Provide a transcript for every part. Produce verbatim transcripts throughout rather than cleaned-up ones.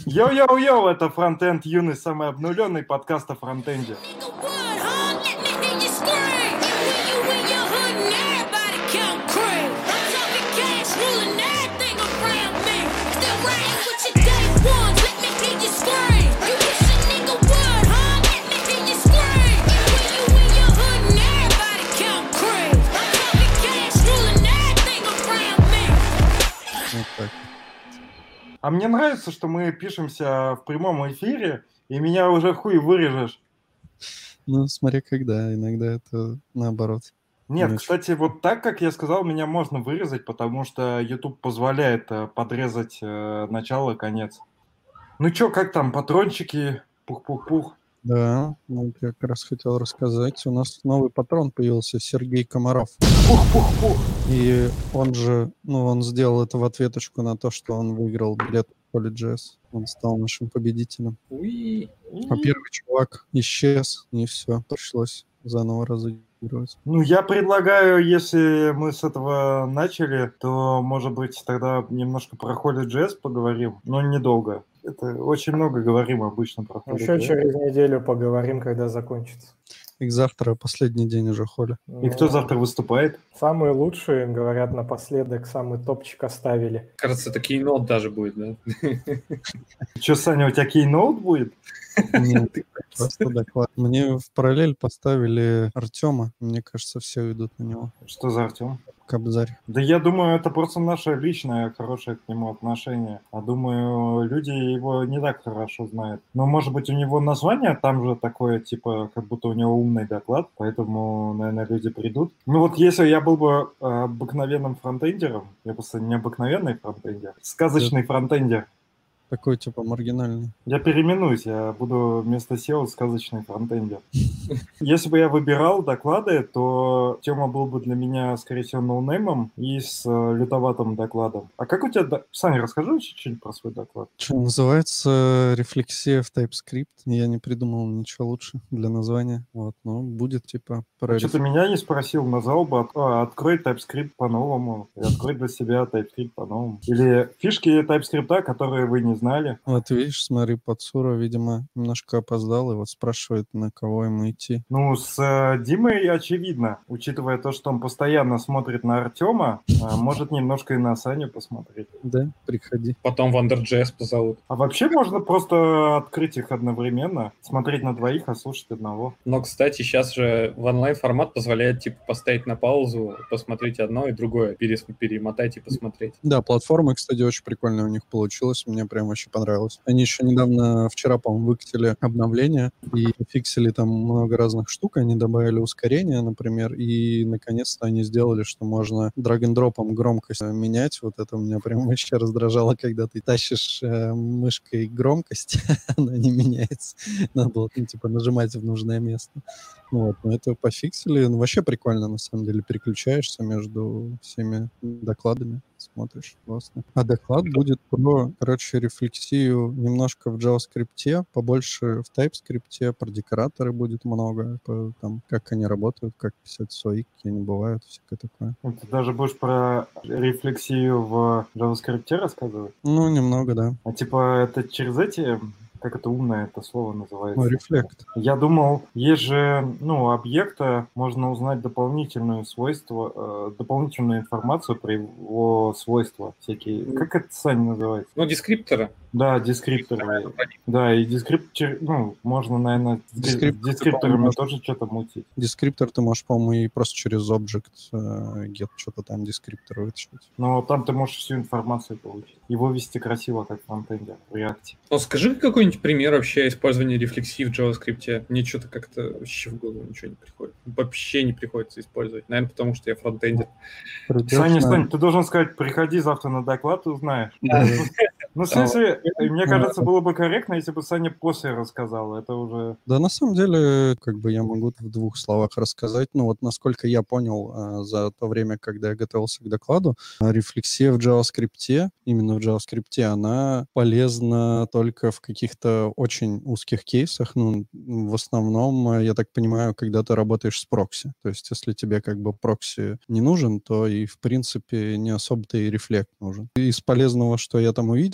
Йоу-йоу-йоу, это Фронтенд Юный, самый обнуленный подкаст о фронтенде. А мне нравится, что мы пишемся в прямом эфире, и меня уже хуй вырежешь. Ну, смотри, когда. Иногда это наоборот. Нет, Не кстати, вот так, как я сказал, меня можно вырезать, потому что YouTube позволяет э, подрезать э, начало, конец. Ну чё, как там, патрончики, пух-пух-пух? Да, вот я как раз хотел рассказать. У нас новый патрон появился, Сергей Комаров. Пух-пух-пух. И он же, ну, он сделал это в ответочку на то, что он выиграл билет в Poly.js. Он стал нашим победителем. Уи. А первый чувак исчез, и все, пришлось заново разыгрывать. Ну, я предлагаю, если мы с этого начали, то, может быть, тогда немножко про Holy.js поговорим, но недолго. Это очень много говорим обычно про Holy.js. Еще через неделю поговорим, когда закончится. И завтра последний день уже Холи. И кто завтра выступает? Самые лучшие, говорят, напоследок самый топчик оставили. Кажется, это кейнот даже будет, да? Че, Саня, у тебя кейноут будет? Нет, просто доклад. Мне в параллель поставили Артема. Мне кажется, все идут на него. Что за Артем? Кобзарь. Да я думаю, это просто наше личное хорошее к нему отношение. А думаю, люди его не так хорошо знают. Но, может быть, у него название там же такое, типа, как будто у него умный доклад, поэтому, наверное, люди придут. Ну вот если я был бы э, обыкновенным фронтендером, я просто не обыкновенный фронтендер, сказочный фронтендер, Такой, типа, маргинальный. я переименуюсь, я буду вместо сео сказочный фронтендер. Если бы я выбирал доклады, то Тёма был бы для меня, скорее всего, ноунеймом и с э, лютоватым докладом. А как у тебя... до- Саня, расскажи чуть-чуть про свой доклад. Что называется, рефлексия в TypeScript. Я не придумал ничего лучше для названия. Вот, но будет, типа, про А что ты реф- меня не спросил, назвал бы, от- а, открой TypeScript по-новому, и открой для себя TypeScript по-новому. Или фишки TypeScript, которые вы не знали. Вот видишь, смотри, Подсура, видимо, немножко опоздал и вот спрашивает, на кого ему идти. Ну, с э, Димой очевидно, учитывая то, что он постоянно смотрит на Артема, а, может немножко и на Саню посмотреть. Да, приходи. Потом в Under.js позовут. А вообще можно просто открыть их одновременно, смотреть на двоих, а слушать одного. Но, кстати, сейчас же в онлайн-формат позволяет, типа, поставить на паузу, посмотреть одно и другое, перес- перемотать и посмотреть. Да, платформа, кстати, очень прикольная у них получилась. Мне прям очень понравилось. Они еще недавно, вчера, по-моему, выкатили обновление и фиксили там много разных штук. Они добавили ускорение, например, и наконец-то они сделали, что можно драг-н-дропом громкость э, менять. Вот это меня прям вообще раздражало, когда ты тащишь э, мышкой громкость, она не меняется. Надо было, ну, типа, нажимать в нужное место. Вот, но это пофиксили. Ну, вообще прикольно, на самом деле. Переключаешься между всеми докладами, смотришь, классно. А доклад будет про, короче, рефлексию немножко в JavaScript, побольше в TypeScript, про декораторы будет много, по, там, как они работают, как писать свои, какие они бывают, всякое такое. Ну, Ты даже будешь про рефлексию в JavaScript рассказывать? Ну, немного, да. А типа это через эти... Как это умное это слово называется? Ну, рефлект. Я думал, есть же, ну, объекта, можно узнать дополнительную свойства, э, дополнительную информацию про его свойства всякие. Как это, Саня, называется? Ну, дескрипторы. Да, дескрипторы. Да, и дескриптор, ну, можно, наверное, с Дескриптор, дескрипторами по-моему, тоже что-то мутить. Дескриптор ты можешь, по-моему, и просто через Object э, get что-то там дескриптор вытащить. Но там ты можешь всю информацию получить. Его вести красиво, как фронтендер в React. Ну, скажи какой-нибудь пример вообще использования рефлексии в JavaScript. Мне что-то как-то вообще в голову ничего не приходит. Вообще не приходится использовать. Наверное, потому что я фронтендер. Придёшь Саня, на- Саня, ты должен сказать, приходи завтра на доклад, узнаешь. Да. Ну, в смысле, мне кажется, было бы корректно, если бы Саня после рассказал. Это уже... Да, на самом деле, как бы я могу в двух словах рассказать. Ну, вот насколько я понял а, за то время, когда я готовился к докладу, а, рефлексия в JavaScript, именно в JavaScript, она полезна только в каких-то очень узких кейсах. Ну, в основном, а, я так понимаю, когда ты работаешь с прокси. То есть, если тебе как бы прокси не нужен, то и, в принципе, не особо-то и рефлект нужен. Из полезного, что я там увидел,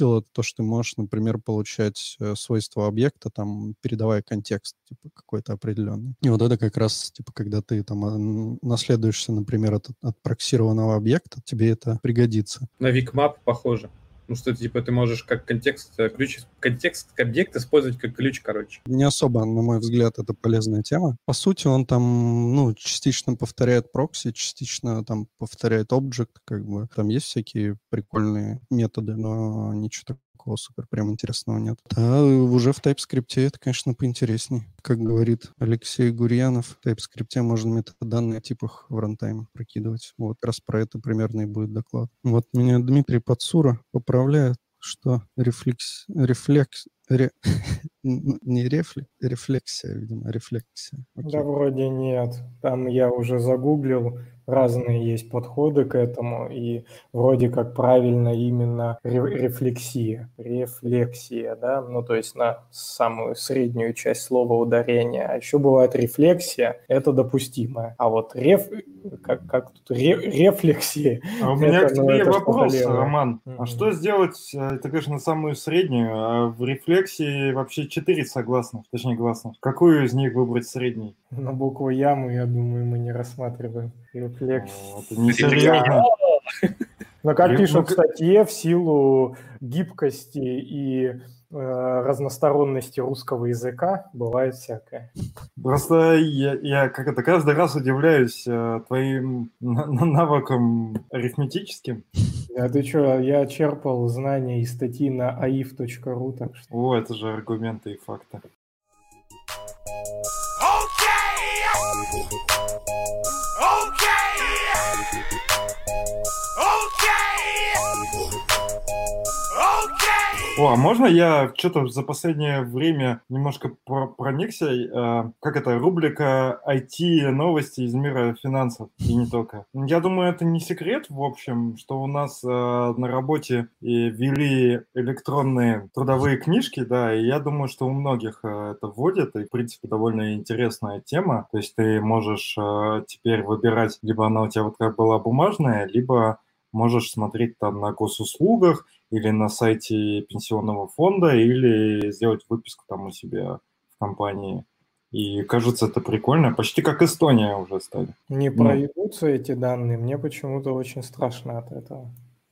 видел, это то, что ты можешь, например, получать э, свойства объекта, там, передавая контекст, типа, какой-то определенный. И вот это как раз, типа, когда ты там м, наследуешься, например, от, от проксированного объекта, тебе это пригодится. На Wikmap похоже. Ну, что типа ты можешь как контекст, э, ключ, контекст к объект использовать как ключ, короче. Не особо, на мой взгляд, это полезная тема. По сути, он там, ну, частично повторяет прокси, частично там повторяет object, как бы. Там есть всякие прикольные методы, но ничего такого супер прям интересного нет. Да, уже в TypeScript это, конечно, поинтересней. Как говорит Алексей Гурьянов, в TypeScript можно метаданные типах в рантайме прокидывать. Вот как раз про это примерно и будет доклад. Вот меня Дмитрий Подсура поправляет, что рефлекс, рефлекс, ре, не рефлекс, рефлексия, видимо, рефлексия. Окей. Да, вроде нет. Там я уже загуглил, разные есть подходы к этому, и вроде как правильно именно ре- рефлексия. Рефлексия, да, ну то есть на самую среднюю часть слова ударения. А еще бывает рефлексия, это допустимо. А вот реф, как, как тут, ре- рефлексия. А у меня это, к ну, тебе это что-то вопрос, левое. Роман. А Мгм. что сделать, э, ты говоришь, на самую среднюю, а в рефлексии вообще четыре согласных, точнее гласных. Какую из них выбрать средней? На букву «я» мы, я думаю, мы не рассматриваем. Рефлекс. О, это несерьезно. Но как Реф- пишут ну, в к- статье, в силу гибкости и э, разносторонности русского языка бывает всякое. Просто я, я как это каждый раз удивляюсь э, твоим на- на- навыкам арифметическим. А ты что, я черпал знания из статьи на аиф точка ру, так что... О, это же аргументы и факты. О, а можно я что-то за последнее время немножко про- проникся? э, как это, рубрика ай ти-новости из мира финансов, и не только. Я думаю, это не секрет, в общем, что у нас э, на работе и ввели электронные трудовые книжки, да, и я думаю, что у многих э, это вводят, и, в принципе, довольно интересная тема. То есть ты можешь э, теперь выбирать, либо она у тебя вот как была бумажная, либо можешь смотреть там на госуслугах, или на сайте пенсионного фонда, или сделать выписку там у себя в компании. И кажется, это прикольно. Почти как Эстония уже стали. Не Ну. проебутся эти данные, мне почему-то очень страшно от этого.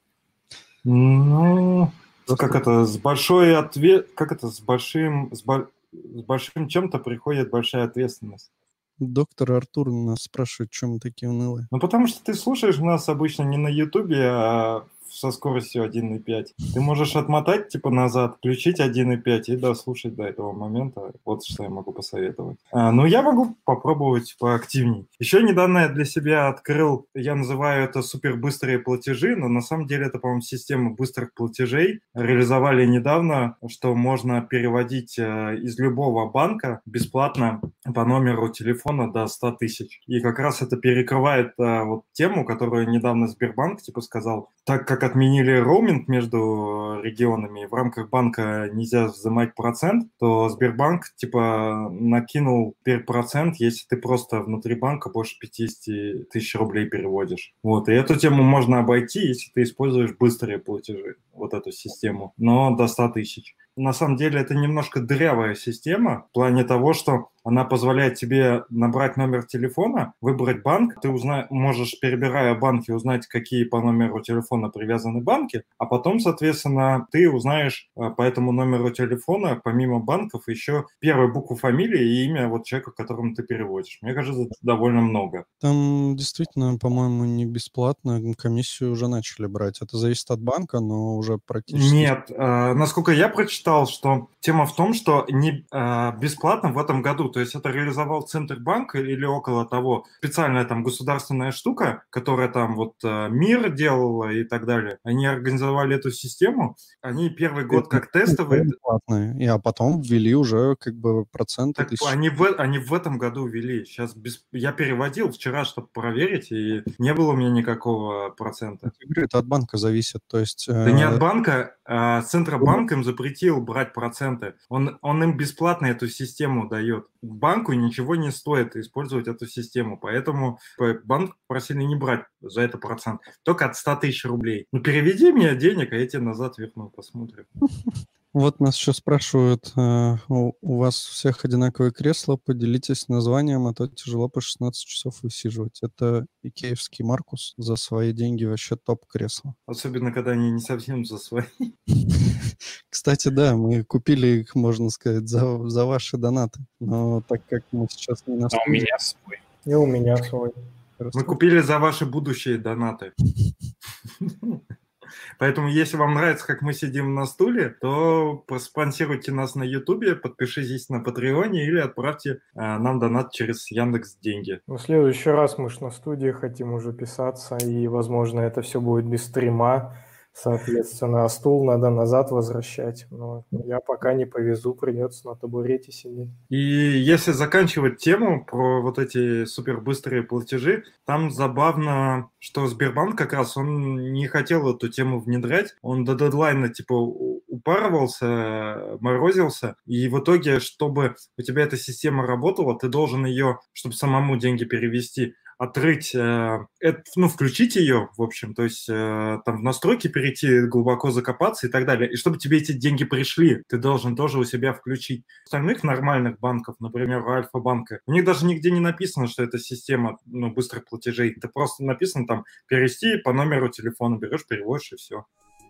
Ну, Просто- как это, с большой ответ, как это, с большим, с, бо- с большим чем-то приходит большая ответственность. Доктор Артур нас спрашивает, чем мы такие унылые. Ну, потому что ты слушаешь нас обычно не на Ютубе, а со скоростью один и пять. Ты можешь отмотать, типа, назад, включить один и пять и дослушать до этого момента. Вот что я могу посоветовать. А, ну, я могу попробовать поактивней. Еще недавно я для себя открыл, я называю это супербыстрые платежи, но на самом деле это, по-моему, система быстрых платежей. Реализовали недавно, что можно переводить э, из любого банка бесплатно по номеру телефона до ста тысяч. И как раз это перекрывает э, вот тему, которую недавно Сбербанк, типа, сказал, так как отменили роуминг между регионами, и в рамках банка нельзя взимать процент, то Сбербанк, типа, накинул теперь процент, если ты просто внутри банка больше пятьдесят тысяч рублей переводишь. Вот, и эту тему можно обойти, если ты используешь быстрые платежи, вот эту систему, но до ста тысяч. На самом деле это немножко дырявая система в плане того, что она позволяет тебе набрать номер телефона, выбрать банк, ты узна... можешь, перебирая банки, узнать, какие по номеру телефона привязаны банки, а потом, соответственно, ты узнаешь э, по этому номеру телефона, помимо банков, еще первую букву фамилии и имя вот человека, которому ты переводишь. Мне кажется, это довольно много. Там действительно, по-моему, не бесплатно, комиссию уже начали брать. Это зависит от банка, но уже практически... Нет, э, насколько я прочитал, что тема в том, что не э, бесплатно в этом году, то есть это реализовал Центробанк или около того, специальная там государственная штука, которая там вот э, МИР делала и так далее. Они организовали эту систему, они первый год как тестовые... Платные, и, а потом ввели уже как бы проценты. Так тысяч. они, в, они в этом году ввели. Сейчас без... я переводил вчера, чтобы проверить, и не было у меня никакого процента. Я говорю, это от банка зависит. То есть, Да не э, от банка, а Центробанк им запретил брать проценты. Он, он им бесплатно эту систему дает. банку ничего не стоит использовать эту систему, поэтому банк просили не брать за это процент, только от ста тысяч рублей. Ну, переведи мне денег, а я тебе назад верну, посмотрим. Вот нас еще спрашивают, э, у, у вас у всех одинаковые кресла, поделитесь названием, а то тяжело по шестнадцать часов высиживать. Это икеевский Маркус, за свои деньги вообще топ-кресло. Особенно, когда они не совсем за свои. Кстати, да, мы купили их, можно сказать, за, за ваши донаты, но так как мы сейчас не на А у меня свой. И у меня свой. Мы купили за ваши будущие донаты. Поэтому, если вам нравится, как мы сидим на стуле, то проспонсируйте нас на Ютубе, подпишитесь на Патреоне или отправьте а, нам донат через Яндекс.Деньги. Ну, в следующий раз мы ж на студии хотим уже писаться, и, возможно, это все будет без стрима. Соответственно, а стул надо назад возвращать. Но я пока не повезу, придется на табурете сидеть. И если заканчивать тему про вот эти супербыстрые платежи, там забавно, что Сбербанк как раз он не хотел эту тему внедрять. Он до дедлайна типа упарывался, морозился. И в итоге, чтобы у тебя эта система работала, ты должен ее, чтобы самому деньги перевести, отрыть, э, это, ну, включить ее, в общем, то есть э, там в настройки перейти, глубоко закопаться и так далее. И чтобы тебе эти деньги пришли, ты должен тоже у себя включить. У остальных нормальных банков, например, у Альфа-банка, у них даже нигде не написано, что это система, ну, быстрых платежей. Это просто написано там перевести по номеру телефона, берешь, переводишь и все.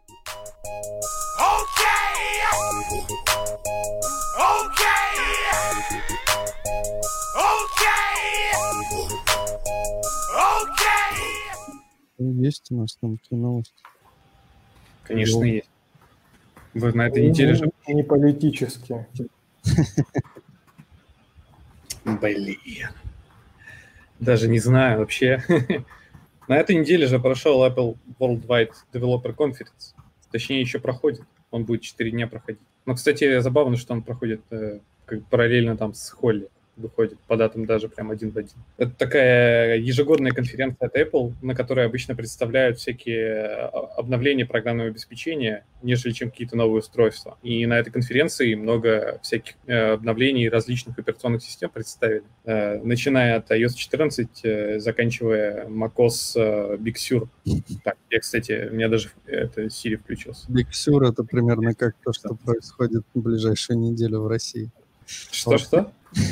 Есть у нас там какие новости? Конечно, ну, есть. Вы на этой неделе же... Не политические. Блин. Даже не знаю вообще. На этой неделе же прошел Apple Worldwide Developer Conference. Точнее, еще проходит. Он будет четыре дня проходить. Но, кстати, забавно, что он проходит э, как параллельно там с Холли. Выходит по датам даже прям один в один. Это такая ежегодная конференция от Apple, на которой обычно представляют всякие обновления программного обеспечения, нежели чем какие-то новые устройства. И на этой конференции много всяких обновлений различных операционных систем представили, начиная от ай о эс четырнадцать, заканчивая macOS Big Sur. Так, я, кстати, у меня даже это Siri включился. Big Sur — это примерно как то, что происходит в ближайшую неделю в России. Что-что?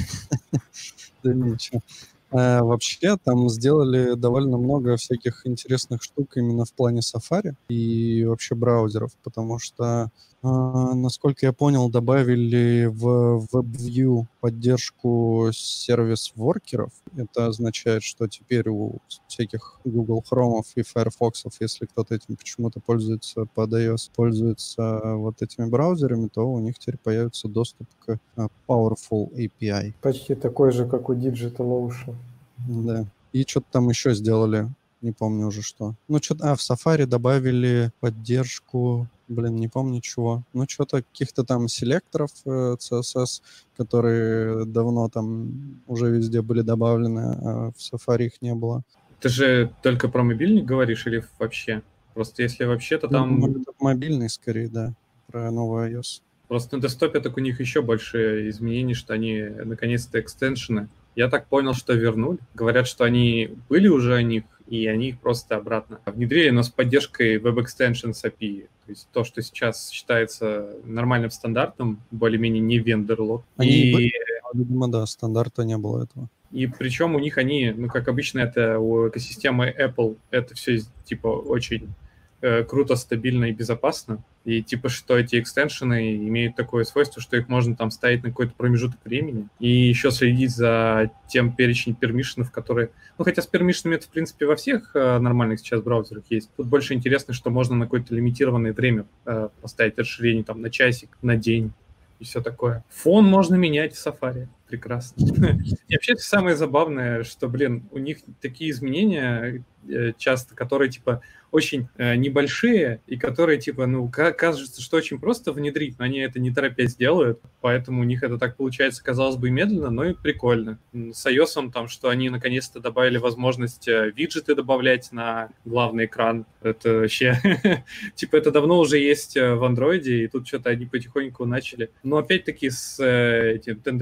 Да ничего. А, вообще, там сделали довольно много всяких интересных штук именно в плане Safari и вообще браузеров, потому что, а, насколько я понял, добавили в WebView поддержку сервис-воркеров. Это означает, что теперь у всяких Google Chrome'ов и Firefox'ов, если кто-то этим почему-то пользуется под iOS, пользуется вот этими браузерами, то у них теперь появится доступ к Powerful эй пи ай. Почти такой же, как у DigitalOcean. Да. И что-то там еще сделали, не помню уже что. Ну, что-то, а, в Safari добавили поддержку, блин, не помню чего. Ну, что-то каких-то там селекторов э, си эс эс, которые давно там уже везде были добавлены, а в Safari их не было. Ты же только про мобильник говоришь или вообще? Просто если вообще, то там... Ну, это мобильный скорее, да, про новый iOS. Просто на десктопе так у них еще больше изменений, что они наконец-то экстеншены. Я так понял, что вернули. Говорят, что они были уже о них, и они их просто обратно внедрили, но с поддержкой Web Extensions эй пи ай. То есть то, что сейчас считается нормальным стандартом, более-менее не вендор-лог. Они и... были, видимо, да, стандарта не было этого. И причем у них они, ну, как обычно, это у экосистемы Apple, это все типа очень э, круто, стабильно и безопасно. И типа, что эти экстеншены имеют такое свойство, что их можно там ставить на какой-то промежуток времени и еще следить за тем перечнем пермишенов, которые... Ну, хотя с пермишенами это, в принципе, во всех э, нормальных сейчас браузерах есть. Тут больше интересно, что можно на какое-то лимитированное время э, поставить расширение там на часик, на день и все такое. Фон можно менять в Safari. Прекрасно. И вообще самое забавное, что, блин, у них такие изменения э, часто, которые, типа, очень э, небольшие, и которые, типа, ну, кажется, что очень просто внедрить, но они это не торопясь делают, поэтому у них это так получается, казалось бы, медленно, но и прикольно. С iOS там, что они наконец-то добавили возможность э, виджеты добавлять на главный экран, это вообще, типа, это давно уже есть в Android, и тут что-то они потихоньку начали. Но опять-таки с э, этим тенденцией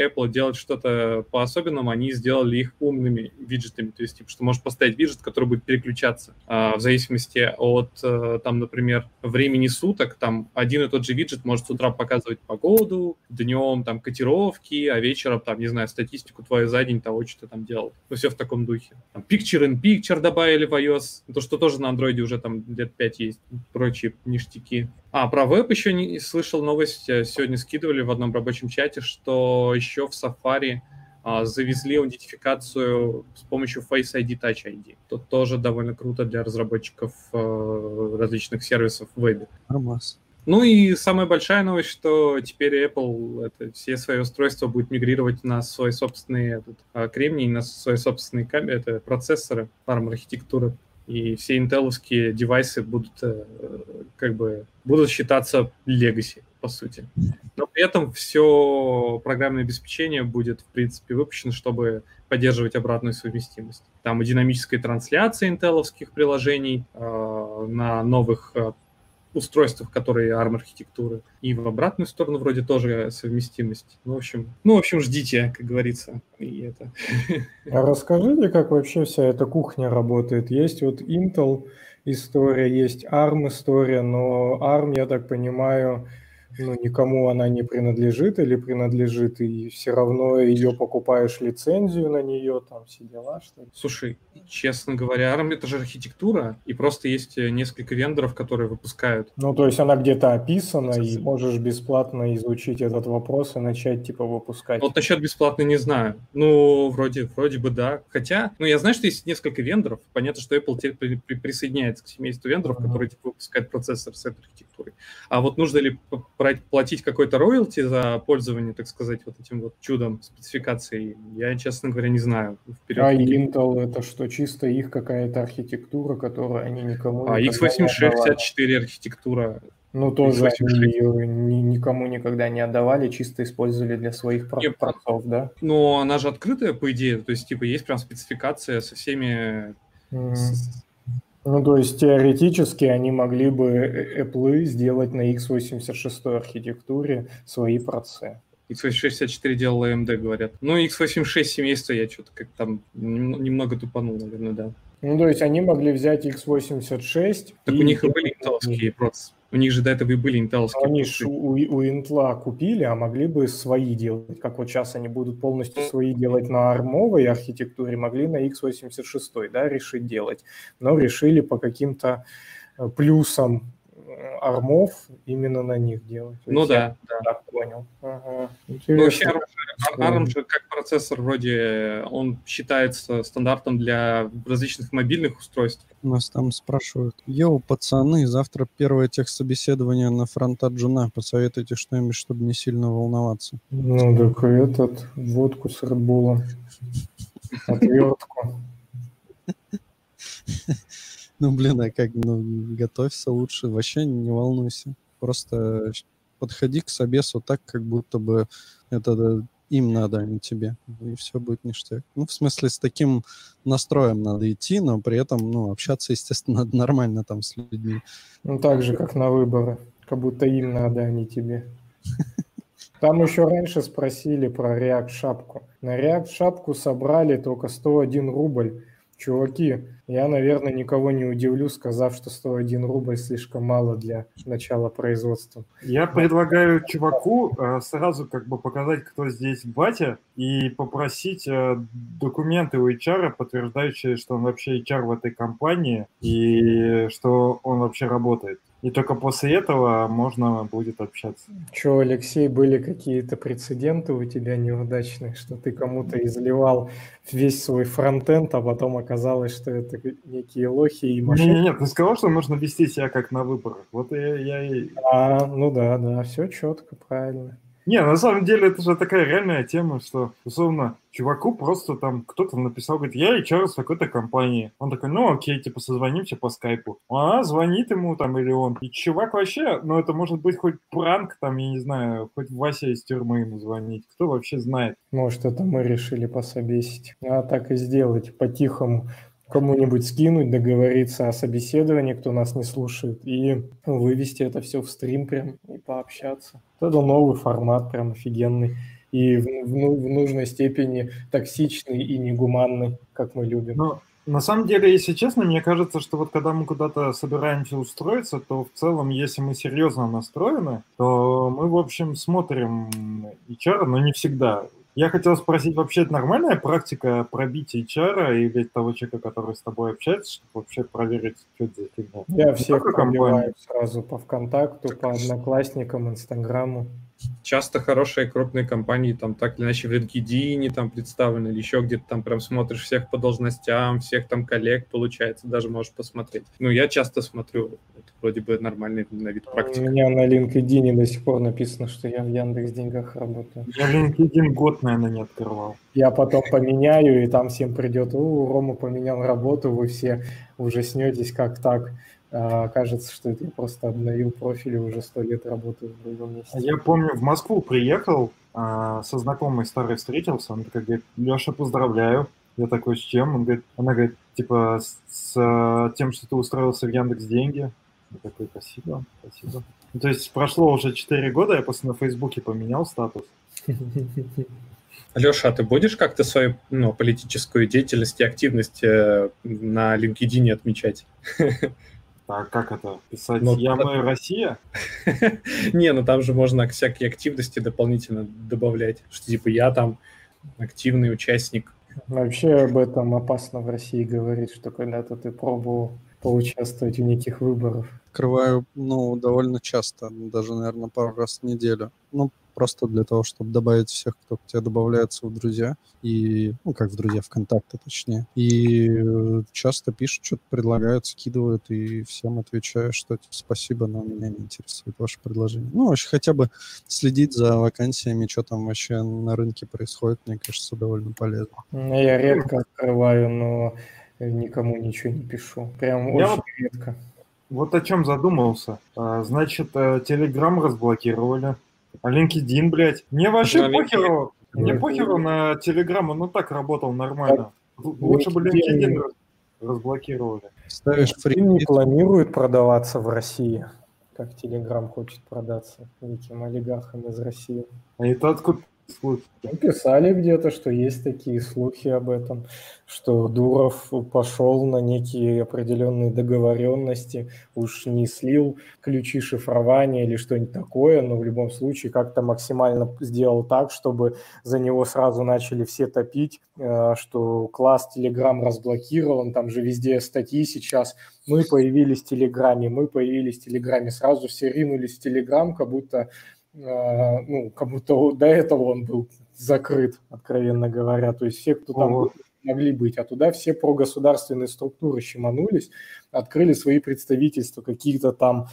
Apple делать что-то по-особенному, они сделали их умными виджетами. То есть, типа, что можешь поставить виджет, который будет переключаться а, в зависимости от, а, там, например, времени суток. Там один и тот же виджет может с утра показывать погоду, днем там котировки, а вечером, там, не знаю, статистику твою за день того, что ты там делал. Ну, все в таком духе. Там, Picture in Picture добавили в iOS, то, что тоже на Android уже там лет пять есть, прочие ништяки. А, про веб еще не слышал новость, сегодня скидывали в одном рабочем чате, что еще в Safari а, завезли аутентификацию с помощью Face ай ди, Touch ай ди. Это тоже довольно круто для разработчиков а, различных сервисов в вебе. Нормас. Ну и самая большая новость, что теперь Apple это, все свои устройства будет мигрировать на свой собственный этот, а, кремний, на свои собственные кам- это, процессоры, арм-архитектуры. И все интеловские девайсы будут э, как бы будут считаться legacy, по сути. Но при этом все программное обеспечение будет, в принципе, выпущено, чтобы поддерживать обратную совместимость. Там и динамическая трансляция интеловских приложений э, на новых э, устройствах, которые арм-архитектуры, и в обратную сторону вроде тоже совместимость. Ну, в общем, ну, в общем, ждите, как говорится. И это. А расскажите, как вообще вся эта кухня работает? Есть вот Intel история, есть арм история, но арм, я так понимаю, ну, никому она не принадлежит или принадлежит, и все равно ее покупаешь лицензию на нее, там все дела, что ли? Слушай, честно говоря, арм это же архитектура, и просто есть несколько вендоров, которые выпускают. Ну, то есть она где-то описана, и можешь бесплатно изучить этот вопрос и начать, типа, выпускать. Вот насчет бесплатно не знаю. Ну, вроде, вроде бы да. Хотя, ну, я знаю, что есть несколько вендоров. Понятно, что Apple теперь при, при, присоединяется к семейству вендоров, uh-huh. которые типа, выпускают процессор с этой архитектурой. А вот нужно ли платить какой-то роялти за пользование, так сказать, вот этим вот чудом спецификацией, я, честно говоря, не знаю. Вперед, а Intel это что, чисто их какая-то архитектура, которую они никому а, не икс восемьсот шестьдесят четыре архитектура. Ну, тоже они ее ни, никому никогда не отдавали, чисто использовали для своих процессов, да? Но она же открытая, по идее, то есть, типа, есть прям спецификация со всеми... Mm. Ну, то есть, теоретически они могли бы Apple сделать на икс восемьдесят шесть архитектуре свои процессы. икс восемьсот шестьдесят четыре делал эй эм ди, говорят. Ну, икс восемьдесят шесть семейство я что-то как там немного тупанул, наверное, да. Ну, то есть, они могли взять икс восемьдесят шесть... Так и... у них и были интеловские процессы. У них же до этого и были интеловские. Они же у, у Intel купили, а могли бы свои делать. Как вот сейчас они будут полностью свои делать на армовой архитектуре, могли на икс восемьдесят шесть, да, решить делать. Но решили по каким-то плюсам армов именно на них делать. Ну да, да. Так понял. Ага. Ну, вообще арм же как процессор вроде, он считается стандартом для различных мобильных устройств. Нас там спрашивают: йоу, пацаны, завтра первое техсобеседование на фронта Джуна. Посоветуйте что-нибудь, чтобы не сильно волноваться. Ну, так этот, водку с Редбулом. Отвертку. Ну, блин, а как, ну, готовься лучше, вообще не волнуйся. Просто подходи к собесу так, как будто бы это им надо, а не тебе. И все будет ништяк. Ну, в смысле, с таким настроем надо идти, но при этом, ну, общаться, естественно, надо нормально там с людьми. Ну, так же, как на выборы. Как будто им надо, а не тебе. Там еще раньше спросили про React-шапку. На React-шапку собрали только сто один рубль. Чуваки, я, наверное, никого не удивлю, сказав, что сто один рубль слишком мало для начала производства. Я предлагаю чуваку э, сразу как бы показать, кто здесь батя, и попросить э, документы у эйч ар, подтверждающие, что он вообще эйч ар в этой компании и что он вообще работает. И только после этого можно будет общаться. Че, Алексей, были какие-то прецеденты у тебя неудачные, что ты кому-то изливал весь свой фронтенд, а потом оказалось, что это некие лохи и машины? Нет, нет, ты сказал, что нужно вести себя как на выборах. Вот я, я и... А, ну да, да, все четко, правильно. Не, на самом деле это же такая реальная тема, что, условно, чуваку просто там кто-то написал, говорит, я эйч ар с такой-то компании. Он такой, ну окей, типа созвонимся по скайпу. А, звонит ему там или он. И чувак вообще, ну это может быть хоть пранк, там, я не знаю, хоть Вася из тюрьмы ему звонить. Кто вообще знает? Может, это мы решили пособесить. А так и сделать, по-тихому. Кому-нибудь скинуть, договориться о собеседовании, кто нас не слушает, и вывести это все в стрим прям и пообщаться. Это новый формат, прям офигенный. и в, в, ну- в нужной степени токсичный и негуманный, как мы любим. Ну, на самом деле, если честно, мне кажется, что вот когда мы куда-то собираемся устроиться, то в целом, если мы серьезно настроены, то мы, в общем, смотрим эйч ар, но не всегда. Я хотел спросить, вообще это нормальная практика пробить эйч ар или того человека, который с тобой общается, чтобы вообще проверить, что это за фигня? Я Не всех только компания. пробиваю сразу по ВКонтакту, по Одноклассникам, Инстаграму. Часто хорошие крупные компании там так или иначе в LinkedIn там представлены или еще где-то там прям смотришь всех по должностям, всех там коллег, получается, даже можешь посмотреть. Ну, я часто смотрю, это вроде бы нормальный на вид У практики. меня на LinkedIn до сих пор написано, что я в Яндекс.Деньгах работаю. Я LinkedIn год, наверное, не открывал. Я потом поменяю, и там всем придет: «О, Рома поменял работу, вы все ужаснетесь, как так?» А, кажется, что это я просто обновил профиль и уже сто лет работаю в другом месте. Я помню, в Москву приехал, а, со знакомой старой встретился, он такой говорит: Леша, поздравляю. Я такой: с чем? Он говорит, она говорит, типа, с, с, а, тем, что ты устроился в Яндекс.Деньги. Я такой: спасибо, спасибо. Ну, то есть прошло уже четыре года, я просто на Фейсбуке поменял статус. Леша, а ты будешь как-то свою ну, политическую деятельность и активность э, на LinkedIn отмечать? Так, как это? Писать Ну, «Я, так- мы, Россия»? Не, ну там же можно всякие активности дополнительно добавлять, что типа я там активный участник. Вообще об этом опасно в России говорить, что когда-то ты пробовал поучаствовать в неких выборах. Открываю, ну, довольно часто, даже, наверное, пару раз в неделю. Ну, просто для того, чтобы добавить всех, кто к тебе добавляется в друзья. И, ну, как в друзья, ВКонтакте, точнее. И э, часто пишут, что-то предлагают, скидывают, и всем отвечаю, что типа, спасибо, но меня не интересует ваше предложение. Ну, вообще, хотя бы следить за вакансиями, что там вообще на рынке происходит, мне кажется, довольно полезно. Я редко открываю, но никому ничего не пишу. Прям Я очень вот- редко. Вот о чем задумался. А, Значит, э, Telegram разблокировали. А LinkedIn, блядь. Мне вообще На LinkedIn. похеру. Мне LinkedIn. похеру на Telegram, он и так работал нормально. Л- Лучше бы LinkedIn. LinkedIn раз- разблокировали. Ставишь LinkedIn не фри планирует продаваться в России, как Telegram хочет продаться неким олигархам из России. А это откуда слухи? Ну, писали где-то, что есть такие слухи об этом, что Дуров пошел на некие определенные договоренности, уж не слил ключи шифрования или что-нибудь такое, но в любом случае как-то максимально сделал так, чтобы за него сразу начали все топить, э, что класс Telegram разблокирован, там же везде статьи сейчас, мы появились в Телеграме, мы появились в Телеграме, сразу все ринулись в Телеграм, как будто, э, ну, как будто до этого он был закрыт, откровенно говоря. То есть все, кто там Ого. был, могли быть, а туда все прогосударственные структуры щеманулись, открыли свои представительства, какие-то там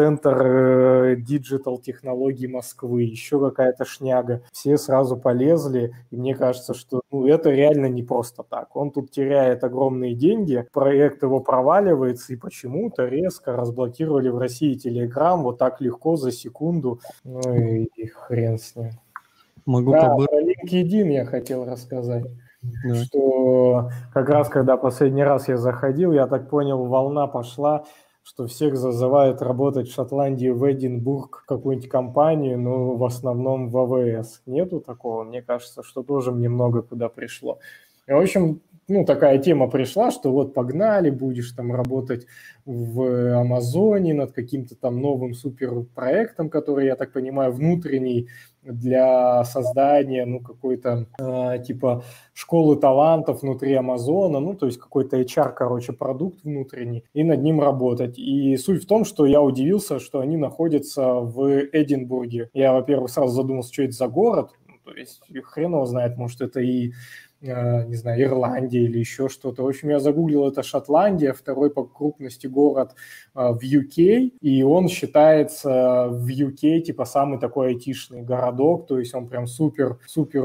центр диджитал технологий Москвы, еще какая-то шняга. Все сразу полезли, и мне кажется, что ну, это реально не просто так. Он тут теряет огромные деньги, проект его проваливается, и почему-то резко разблокировали в России Telegram вот так легко за секунду. Ну и, и хрен с ним. Могу Да, побыть. про LinkedIn я хотел рассказать, Да. что как раз когда последний раз я заходил, я так понял, волна пошла, что всех зазывают работать в Шотландии, в Эдинбург, в какую-нибудь компанию, но в основном в АВС. Нету такого? Мне кажется, что тоже немного куда пришло. И, в общем, ну, такая тема пришла, что вот погнали, будешь там работать в Амазоне над каким-то там новым суперпроектом, который, я так понимаю, внутренний, для создания, ну, какой-то э, типа школы талантов внутри Амазона, ну, то есть какой-то эйч ар, короче, продукт внутренний, и над ним работать. И суть в том, что я удивился, что они находятся в Эдинбурге. Я, во-первых, сразу задумался, что это за город, ну, то есть хрен его знает, может, это и не знаю, Ирландия или еще что-то. В общем, я загуглил, это Шотландия, второй по крупности город в ю кей, и он считается в ю кей типа самый такой айтишный городок, то есть он прям супер, супер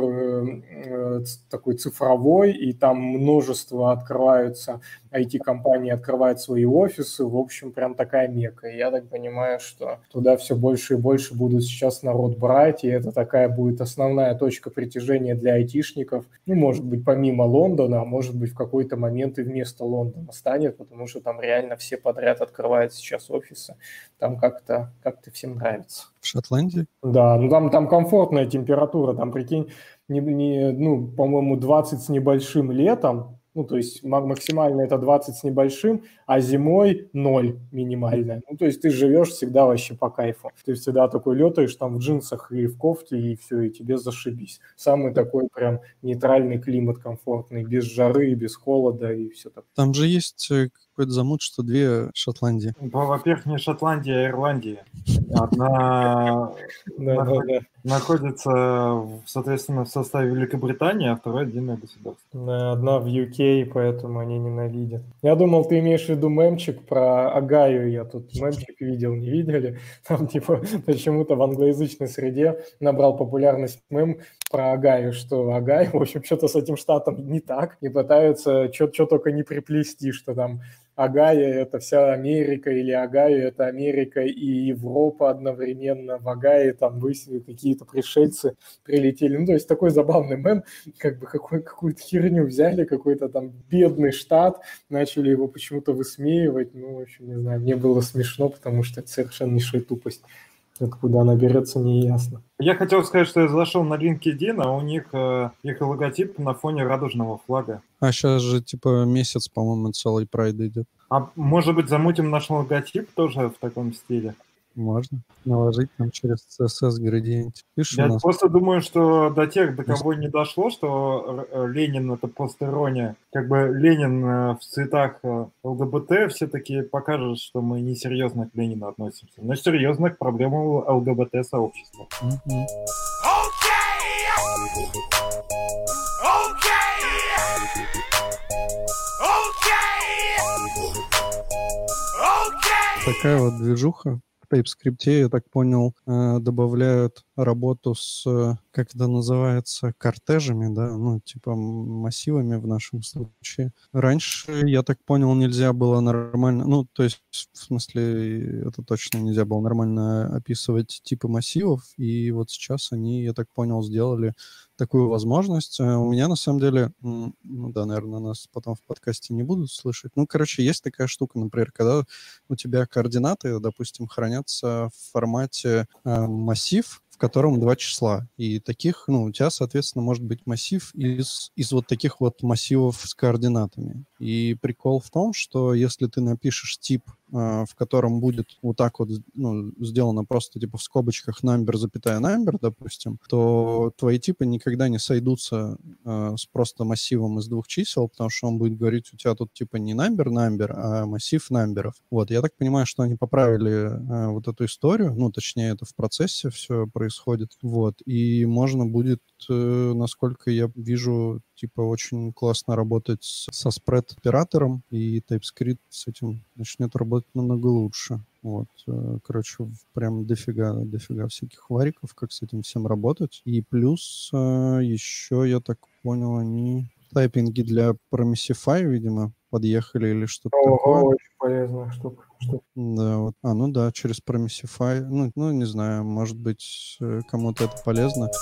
э, такой цифровой, и там множество открываются, ай ти-компании открывают свои офисы, в общем, прям такая мекка. И я так понимаю, что туда все больше и больше будут сейчас народ брать, и это такая будет основная точка притяжения для айтишников, ну, может быть, помимо Лондона, а может быть, в какой-то момент и вместо Лондона станет, потому что там реально все подряд открывают сейчас офисы. Там как-то как-то всем нравится. В Шотландии? Да, ну там, там комфортная температура, там, прикинь, не, не, ну, по-моему, двадцать с небольшим летом, ну, то есть максимально это двадцать с небольшим, а зимой ноль минимальная. Ну, то есть ты живешь всегда вообще по кайфу. Ты всегда такой летаешь там в джинсах и в кофте, и все, и тебе зашибись. Самый такой прям нейтральный климат комфортный, без жары, без холода и все такое. Там же есть какой-то замут, что две Шотландии. Во-первых, не Шотландия, а Ирландия. Одна Да, да, да. находится, соответственно, в составе Великобритании, а второе отдельное государство. Да, одна в ю кей, поэтому они ненавидят. Я думал, ты имеешь в виду мемчик про Огайо. Я тут мемчик видел, не видели? Там типа почему-то в англоязычной среде набрал популярность мем про Огайо, что Огайо, в общем, что-то с этим штатом не так, и пытаются что только не приплести, что там Огайо – это вся Америка, или Огайо – это Америка и Европа одновременно. В Огайо там выяснили, какие-то пришельцы прилетели. Ну, то есть такой забавный мем, как бы какой, какую-то херню взяли, какой-то там бедный штат, начали его почему-то высмеивать. Ну, в общем, не знаю, мне было смешно, потому что это совершеннейшая тупость. Откуда она берется, не ясно. Я хотел сказать, что я зашел на LinkedIn, а у них э, их логотип на фоне радужного флага. А сейчас же, типа, месяц, по-моему, целый прайд идет. А может быть, замутим наш логотип тоже в таком стиле? Можно наложить там через си эс эс градиент. Видишь, у Я нас просто думаю, что до тех, до кого не дошло, что э, Ленин — это постерония, как бы Ленин э, в цветах э, ЛГБТ, все-таки покажет, что мы несерьезно к Ленину относимся, но серьезно к проблемам ЛГБТ-сообщества. Мгм. Такая вот движуха. В TypeScript, я так понял, э, добавляют работу с, э, как это называется, кортежами, да, ну, типа массивами в нашем случае. Раньше, я так понял, нельзя было нормально, ну, то есть, в смысле, это точно нельзя было нормально описывать типы массивов, и вот сейчас они, я так понял, сделали такую возможность. Э, У меня, на самом деле, м, ну да, наверное, нас потом в подкасте не будут слышать. Ну, короче, есть такая штука, например, когда у тебя координаты, допустим, хранятся в формате э, массив, в котором два числа. И таких, ну, у тебя, соответственно, может быть массив из, из вот таких вот массивов с координатами. И прикол в том, что если ты напишешь тип, э, в котором будет вот так вот, ну, сделано просто типа в скобочках number, запятая number, допустим, то твои типы никогда не сойдутся э, с просто массивом из двух чисел, потому что он будет говорить, у тебя тут типа не number number, а массив намберов. Вот, я так понимаю, что они поправили э, вот эту историю, ну, точнее, это в процессе все происходит, вот, и можно будет, э, насколько я вижу, типа очень классно работать с- со спред-оператором, и TypeScript с этим начнет работать намного лучше. Вот, э, короче, в- прям дофига, дофига всяких вариков, как с этим всем работать. И плюс э, еще, я так понял, они тайпинги для Promissify, видимо, подъехали или что-то такое. Ого, очень полезная штука. штука. Да, вот. А, ну да, через Promissify. Ну, ну, не знаю, может быть, э, кому-то это полезно.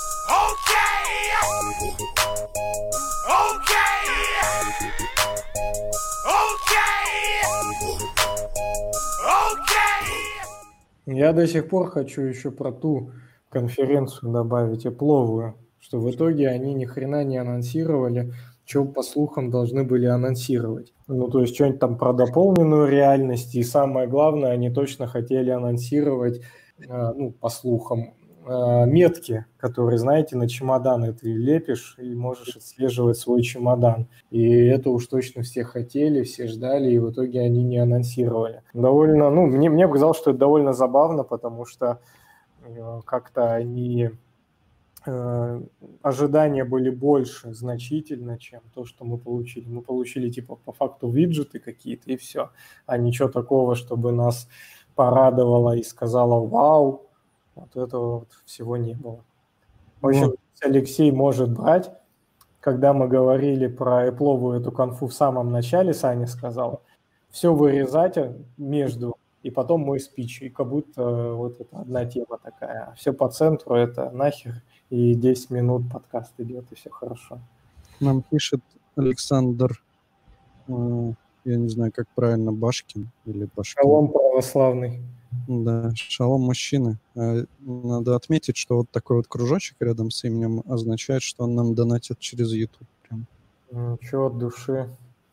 Я до сих пор хочу еще про ту конференцию добавить, эпловую, что в итоге они ни хрена не анонсировали, что по слухам должны были анонсировать. Ну, то есть что-нибудь там про дополненную реальность, и самое главное, они точно хотели анонсировать, э, ну, по слухам, э, метки, которые, знаете, на чемоданы ты лепишь и можешь отслеживать свой чемодан. И это уж точно все хотели, все ждали, и в итоге они не анонсировали. Довольно, ну, мне, мне показалось, что это довольно забавно, потому что э, как-то они... э, ожидания были больше значительно, чем то, что мы получили. Мы получили типа по факту виджеты какие-то и все, а ничего такого, чтобы нас порадовало и сказала «Вау!». Вот этого вот всего не было. В общем, Алексей может брать. Когда мы говорили про эпловую эту конфу в самом начале, Саня сказал, все вырезать между, и потом мой спич, и как будто вот это одна тема такая. Все по центру, это нахер, и десять минут подкаст идет, и все хорошо. Нам пишет Александр, э, я не знаю, как правильно, Башкин или Башкин. Шалом православный. Да, шалом мужчины. Э, Надо отметить, что вот такой вот кружочек рядом с именем означает, что он нам донатит через YouTube. Прям. Ничего от души.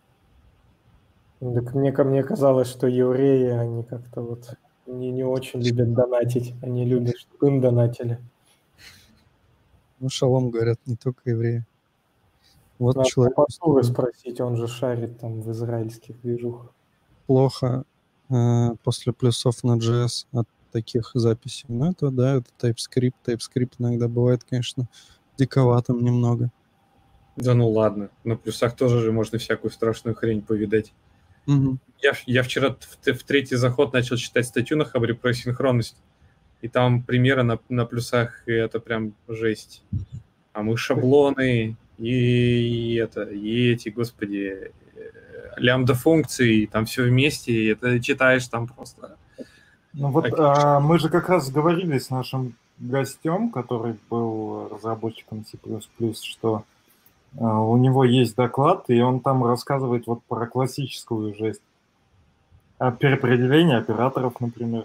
Так мне, ко мне казалось, что евреи, они как-то вот не, не очень любят донатить. Они любят, чтобы им донатили. Ну, шалом, говорят, не только евреи. Вот Надо человек Пасуры спросить, он же шарит там в израильских движухах. плохо э, после плюсов на джей эс от таких записей. Ну, это, да, это TypeScript. TypeScript иногда бывает, конечно, диковатым немного. Да ну ладно, на плюсах тоже же можно всякую страшную хрень повидать. Мгм. Я, я вчера в, в третий заход начал читать статью на Хабре про синхронность, и там примеры на, на плюсах, и это прям жесть. А мы шаблоны, и, и это, и эти, господи, лямбда-функции, там все вместе, и это читаешь там просто... Ну вот а, мы же как раз говорили с нашим гостем, который был разработчиком C++, что а, у него есть доклад, и он там рассказывает вот про классическую жесть. О переопределении операторов, например.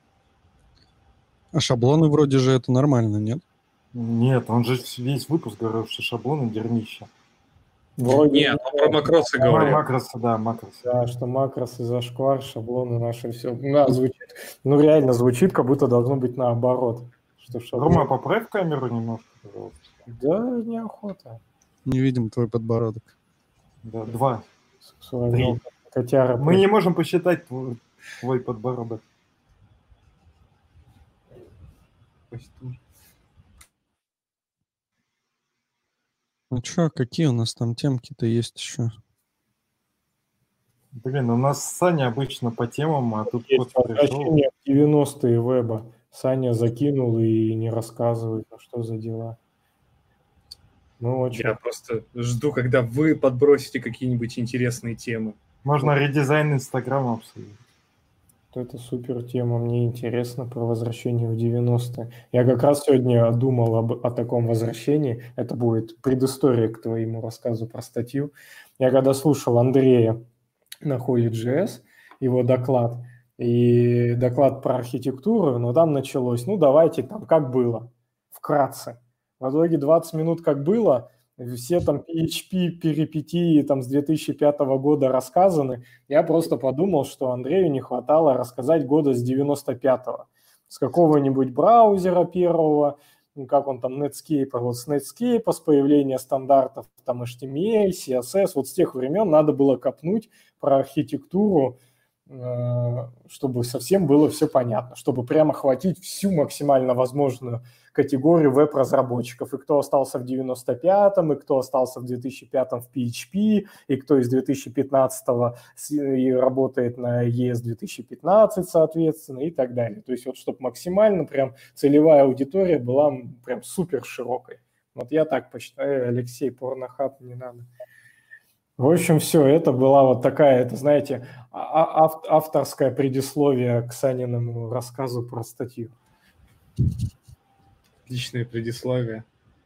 А шаблоны вроде же это нормально, нет? Нет, он же весь выпуск говорил, что шаблоны дерьмища. Вроде Нет, он про макросы Ма- говорил. Макросы, да, макросы. Да, что макросы зашквар, шаблоны наши все. Да, звучит, ну реально звучит, как будто должно быть наоборот. Что шаблон... Рома, поправь камеру немножко, пожалуйста. Да, неохота. Не видим твой подбородок. Да, два. Своя Три. мелкая котяра. Мы не можем посчитать твой, твой подбородок. Ну чё, какие у нас там темки-то есть еще? Блин, у нас Саня обычно по темам, а тут Есть кто-то пришел. возвращение в девяностые веба. Саня закинул и не рассказывает, а что за дела. Ну, очень. Я просто жду, когда вы подбросите какие-нибудь интересные темы. Можно редизайн Инстаграма обсудить. Это супер тема, мне интересно про возвращение в девяностые. Я как раз сегодня думал об, о таком возвращении. Это будет предыстория к твоему рассказу про статью. Я когда слушал Андрея на холе джей эс, его доклад, и доклад про архитектуру, но там началось, ну давайте там как было, вкратце. В итоге двадцать минут как было, все там пи эйч пи перипетии там с две тысячи пятого года рассказаны. Я просто подумал, что Андрею не хватало рассказать года с девяносто пятого. С какого-нибудь браузера первого, как он там, Netscape, вот с Netscape, с появления стандартов там эйч ти эм эль, си эс эс, вот с тех времен надо было копнуть про архитектуру, чтобы совсем было все понятно, чтобы прямо охватить всю максимально возможную категорию веб-разработчиков, и кто остался в девяносто пятом, и кто остался в две тысячи пятом в пи эйч пи, и кто из две тысячи пятнадцатого и работает на и эс две тысячи пятнадцать, соответственно, и так далее. То есть вот чтобы максимально прям целевая аудитория была прям супер широкой. Вот я так посчитаю, Алексей, порнохаб не надо. В общем, все, это была вот такая, это, знаете, ав- авторское предисловие к Саниному рассказу про статью. Отличное предисловие.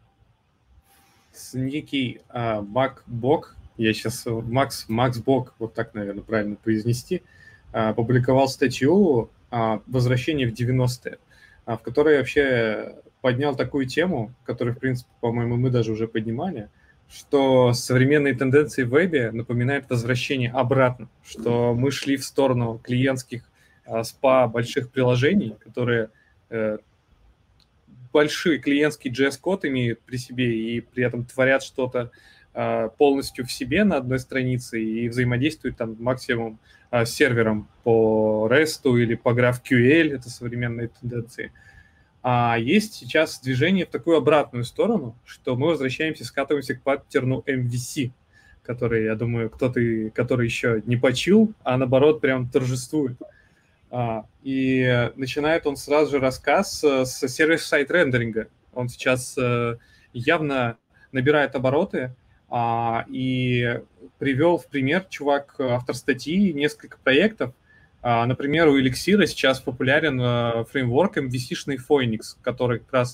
С некий а, Макбок, я сейчас Макс, Макс Бок, вот так, наверное, правильно произнести, а, публиковал статью а, «Возвращение в девяностые», а, в которой вообще поднял такую тему, которую, в принципе, по-моему, мы даже уже поднимали, что современные тенденции в вебе напоминают возвращение обратно, что мы шли в сторону клиентских а, спа больших приложений, которые э, большой клиентский джей эс-код имеют при себе и при этом творят что-то а, полностью в себе на одной странице и взаимодействуют там максимум а, с сервером по REST или по GraphQL, это современные тенденции. А есть сейчас движение в такую обратную сторону, что мы возвращаемся, скатываемся к паттерну эм ви си, который, я думаю, кто-то, который еще не почил, а наоборот прям торжествует. А, и начинает он сразу же рассказ с сервис-сайт рендеринга. Он сейчас а, явно набирает обороты а, и привел в пример, чувак, автор статьи, несколько проектов. Например, у Elixir сейчас популярен фреймворк эм ви си-шный Phoenix, который как раз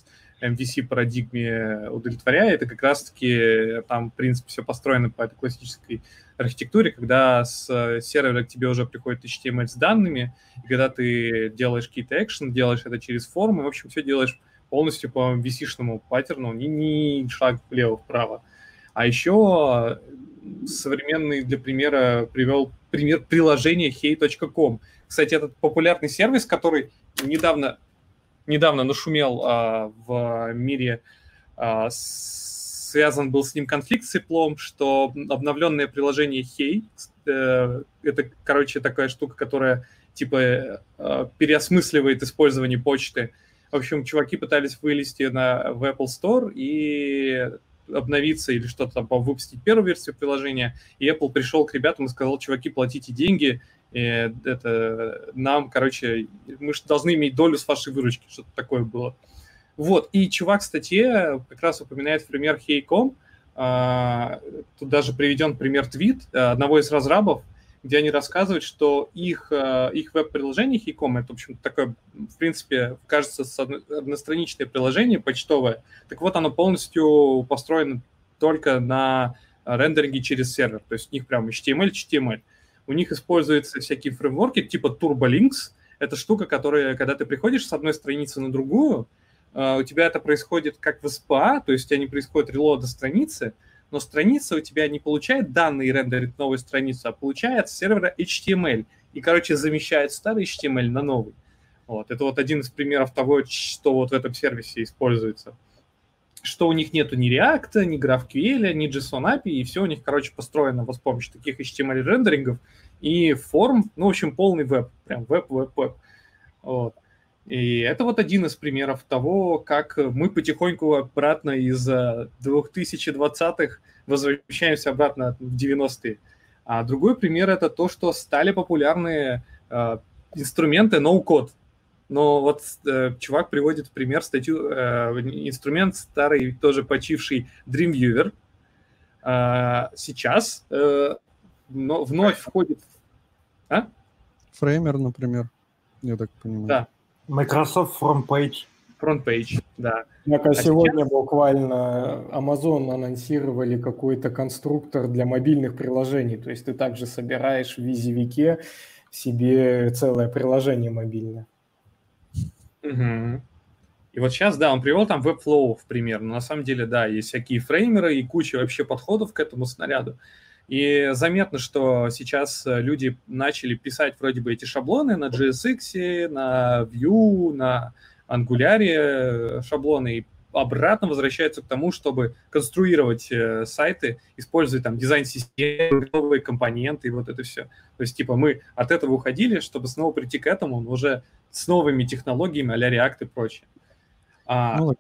эм ви си-парадигме удовлетворяет, и как раз-таки там, в принципе, все построено по этой классической архитектуре, когда с сервера к тебе уже приходит эйч ти эм эль с данными, и когда ты делаешь какие-то экшены, делаешь это через формы, в общем, все делаешь полностью по эм ви си-шному паттерну, ни, ни шаг влево-вправо. А еще современный, для примера, привел пример приложения hey точка com. Кстати, этот популярный сервис, который недавно, недавно нашумел а, в мире, а, связан был с ним конфликт с Apple, что обновленное приложение Hey, э, это, короче, такая штука, которая типа э, переосмысливает использование почты. В общем, чуваки пытались вылезти на, в Apple Store и обновиться или что-то там, выпустить первую версию приложения, и Apple пришел к ребятам и сказал: чуваки, платите деньги, и это нам, короче, мы же должны иметь долю с вашей выручки, что-то такое было. Вот, и чувак в статье как раз упоминает пример hey точка com, а, тут даже приведен пример твит одного из разрабов, где они рассказывают, что их, их веб-приложение hey точка com, это, в общем, такое, в принципе, кажется, одностраничное приложение почтовое. Так вот, оно полностью построено только на рендеринге через сервер. То есть у них прям эйч ти эм эль, эйч ти эм эль. У них используются всякие фреймворки типа TurboLinks. Это штука, которая, когда ты приходишь с одной страницы на другую, у тебя это происходит как в эс пи эй, то есть у тебя не происходит релода страницы, но страница у тебя не получает данные и рендерит новую страницу, а получает с сервера эйч ти эм эль. И, короче, замещает старый эйч ти эм эль на новый. Вот. Это вот один из примеров того, что вот в этом сервисе используется. Что у них нету ни React, ни GraphQL, ни JSON эй пи ай, и все у них, короче, построено вот с помощью таких эйч ти эм эль-рендерингов и форм, ну, в общем, полный веб, прям веб-веб-веб. Вот. И это вот один из примеров того, как мы потихоньку обратно из две тысячи двадцатых возвращаемся обратно в девяностые. А другой пример – это то, что стали популярны э, инструменты no-code. Но вот э, чувак приводит в пример статью, э, инструмент старый, тоже почивший Dreamweaver. Э, сейчас э, но, вновь входит... А? Фреймер, например, я так понимаю. Да. Microsoft FrontPage. FrontPage, да. Так, а, а сегодня сейчас... буквально Amazon анонсировали какой-то конструктор для мобильных приложений. То есть ты также собираешь в визивике себе целое приложение мобильное. Угу. И вот сейчас, да, он привел там Webflow в пример. Но на самом деле, да, есть всякие фреймеры и куча вообще подходов к этому снаряду. И заметно, что сейчас люди начали писать вроде бы эти шаблоны на джей эс икс, на Vue, на Angular шаблоны, и обратно возвращаются к тому, чтобы конструировать сайты, используя там дизайн-системы, новые компоненты и вот это все. То есть, типа, мы от этого уходили, чтобы снова прийти к этому, но уже с новыми технологиями а-ля React и прочее. А, ну,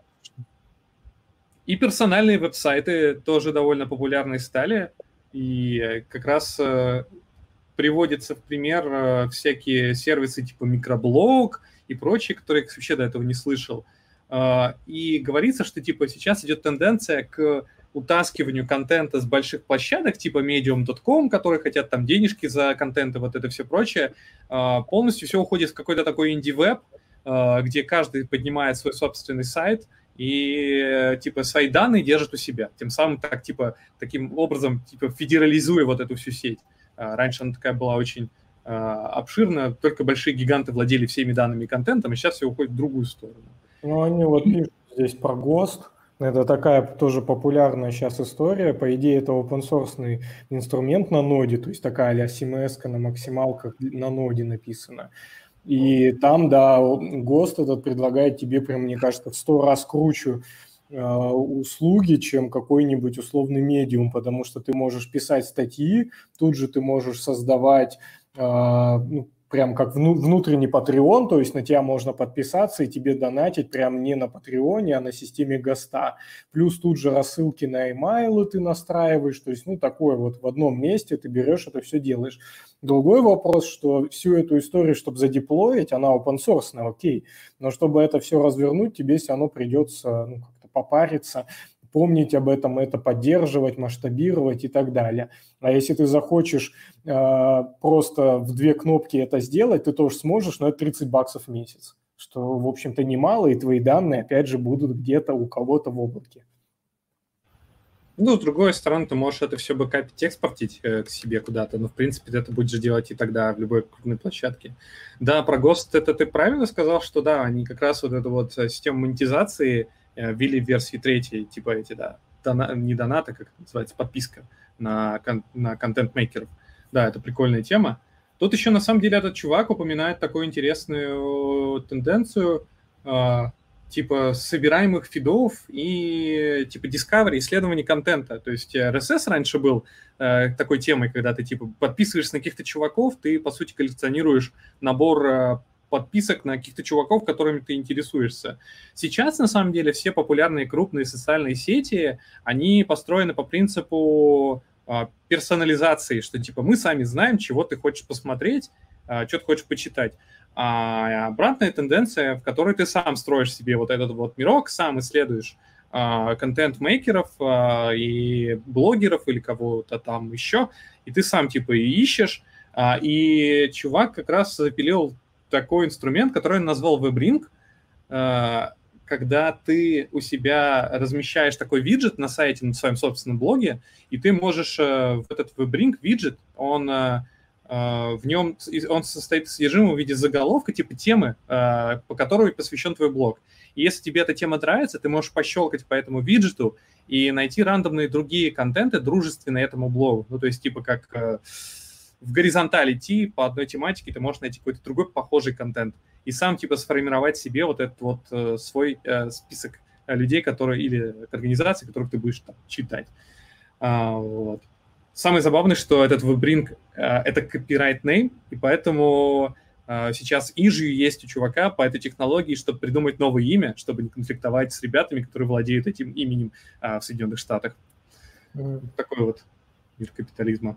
и персональные веб-сайты тоже довольно популярны стали. И как раз э, приводится в пример э, всякие сервисы типа микроблог и прочие, которые я вообще до этого не слышал. Э, и говорится, что типа сейчас идет тенденция к утаскиванию контента с больших площадок типа медиум точка ком, которые хотят там денежки за контент и вот это все прочее. Э, полностью все уходит в какой-то такой инди-веб, э, где каждый поднимает свой собственный сайт, и типа свои данные держит у себя, тем самым так типа таким образом типа федерализуя вот эту всю сеть. Раньше она такая была очень э, обширная, только большие гиганты владели всеми данными и контентом, и сейчас все уходит в другую сторону. Ну, они вот пишут здесь про ГОСТ. Это такая тоже популярная сейчас история. По идее, это open-source инструмент на ноде, то есть такая а-ля си эм эс на максималках на ноде написана. И там, да, ГОСТ этот предлагает тебе, прям, мне кажется, в сто раз круче э, услуги, чем какой-нибудь условный медиум, потому что ты можешь писать статьи, тут же ты можешь создавать, э, ну, прям как вну, внутренний Patreon, то есть на тебя можно подписаться и тебе донатить прям не на Патреоне, а на системе ГОСТа. Плюс тут же рассылки на имейлы ты настраиваешь, то есть, ну, такое вот в одном месте ты берешь это все делаешь. Другой вопрос, что всю эту историю, чтобы задеплоить, она open-source, окей, но чтобы это все развернуть, тебе все равно придется, ну, как-то попариться, помнить об этом, это поддерживать, масштабировать и так далее. А если ты захочешь э, просто в две кнопки это сделать, ты тоже сможешь, но это тридцать баксов в месяц, что, в общем-то, немало, и твои данные, опять же, будут где-то у кого-то в облаке. Ну, с другой стороны, ты можешь это все бэкапить, экспортить э, к себе куда-то, но, в принципе, ты это будешь делать и тогда в любой крупной площадке. Да, про ГОСТ это ты правильно сказал, что да, они как раз вот эту вот систему монетизации э, ввели в версии третьей, типа эти, да, дона, не донаты, как это называется, подписка на, кон, на контент-мейкеров. Да, это прикольная тема. Тут еще, на самом деле, этот чувак упоминает такую интересную тенденцию, э, типа собираемых фидов и типа discovery, исследований контента. То есть эр эс эс раньше был э, такой темой, когда ты типа подписываешься на каких-то чуваков, ты, по сути, коллекционируешь набор э, подписок на каких-то чуваков, которыми ты интересуешься. Сейчас, на самом деле, все популярные крупные социальные сети, они построены по принципу э, персонализации, что типа мы сами знаем, чего ты хочешь посмотреть, э, что ты хочешь почитать. А обратная тенденция, в которой ты сам строишь себе вот этот вот мирок, сам исследуешь а, контент-мейкеров а, и блогеров или кого-то там еще, и ты сам типа и ищешь. А, и чувак как раз запилил такой инструмент, который он назвал WebRing, а, когда ты у себя размещаешь такой виджет на сайте, на своем собственном блоге, и ты можешь а, в этот WebRing виджет, он... А, в нем он состоит из содержимого в виде заголовка, типа темы, по которой посвящен твой блог. И если тебе эта тема нравится, ты можешь пощелкать по этому виджету и найти рандомные другие контенты, дружественные этому блогу. Ну, то есть, типа, как в горизонталь идти по одной тематике, ты можешь найти какой-то другой похожий контент. И сам, типа, сформировать себе вот этот вот свой список людей, которые, или организаций, которых ты будешь там читать. Вот. Самое забавное, что этот WebRing — это copyright name, и поэтому э, сейчас issue есть у чувака по этой технологии, чтобы придумать новое имя, чтобы не конфликтовать с ребятами, которые владеют этим именем э, в Соединенных Штатах. Mm. Такой вот мир капитализма.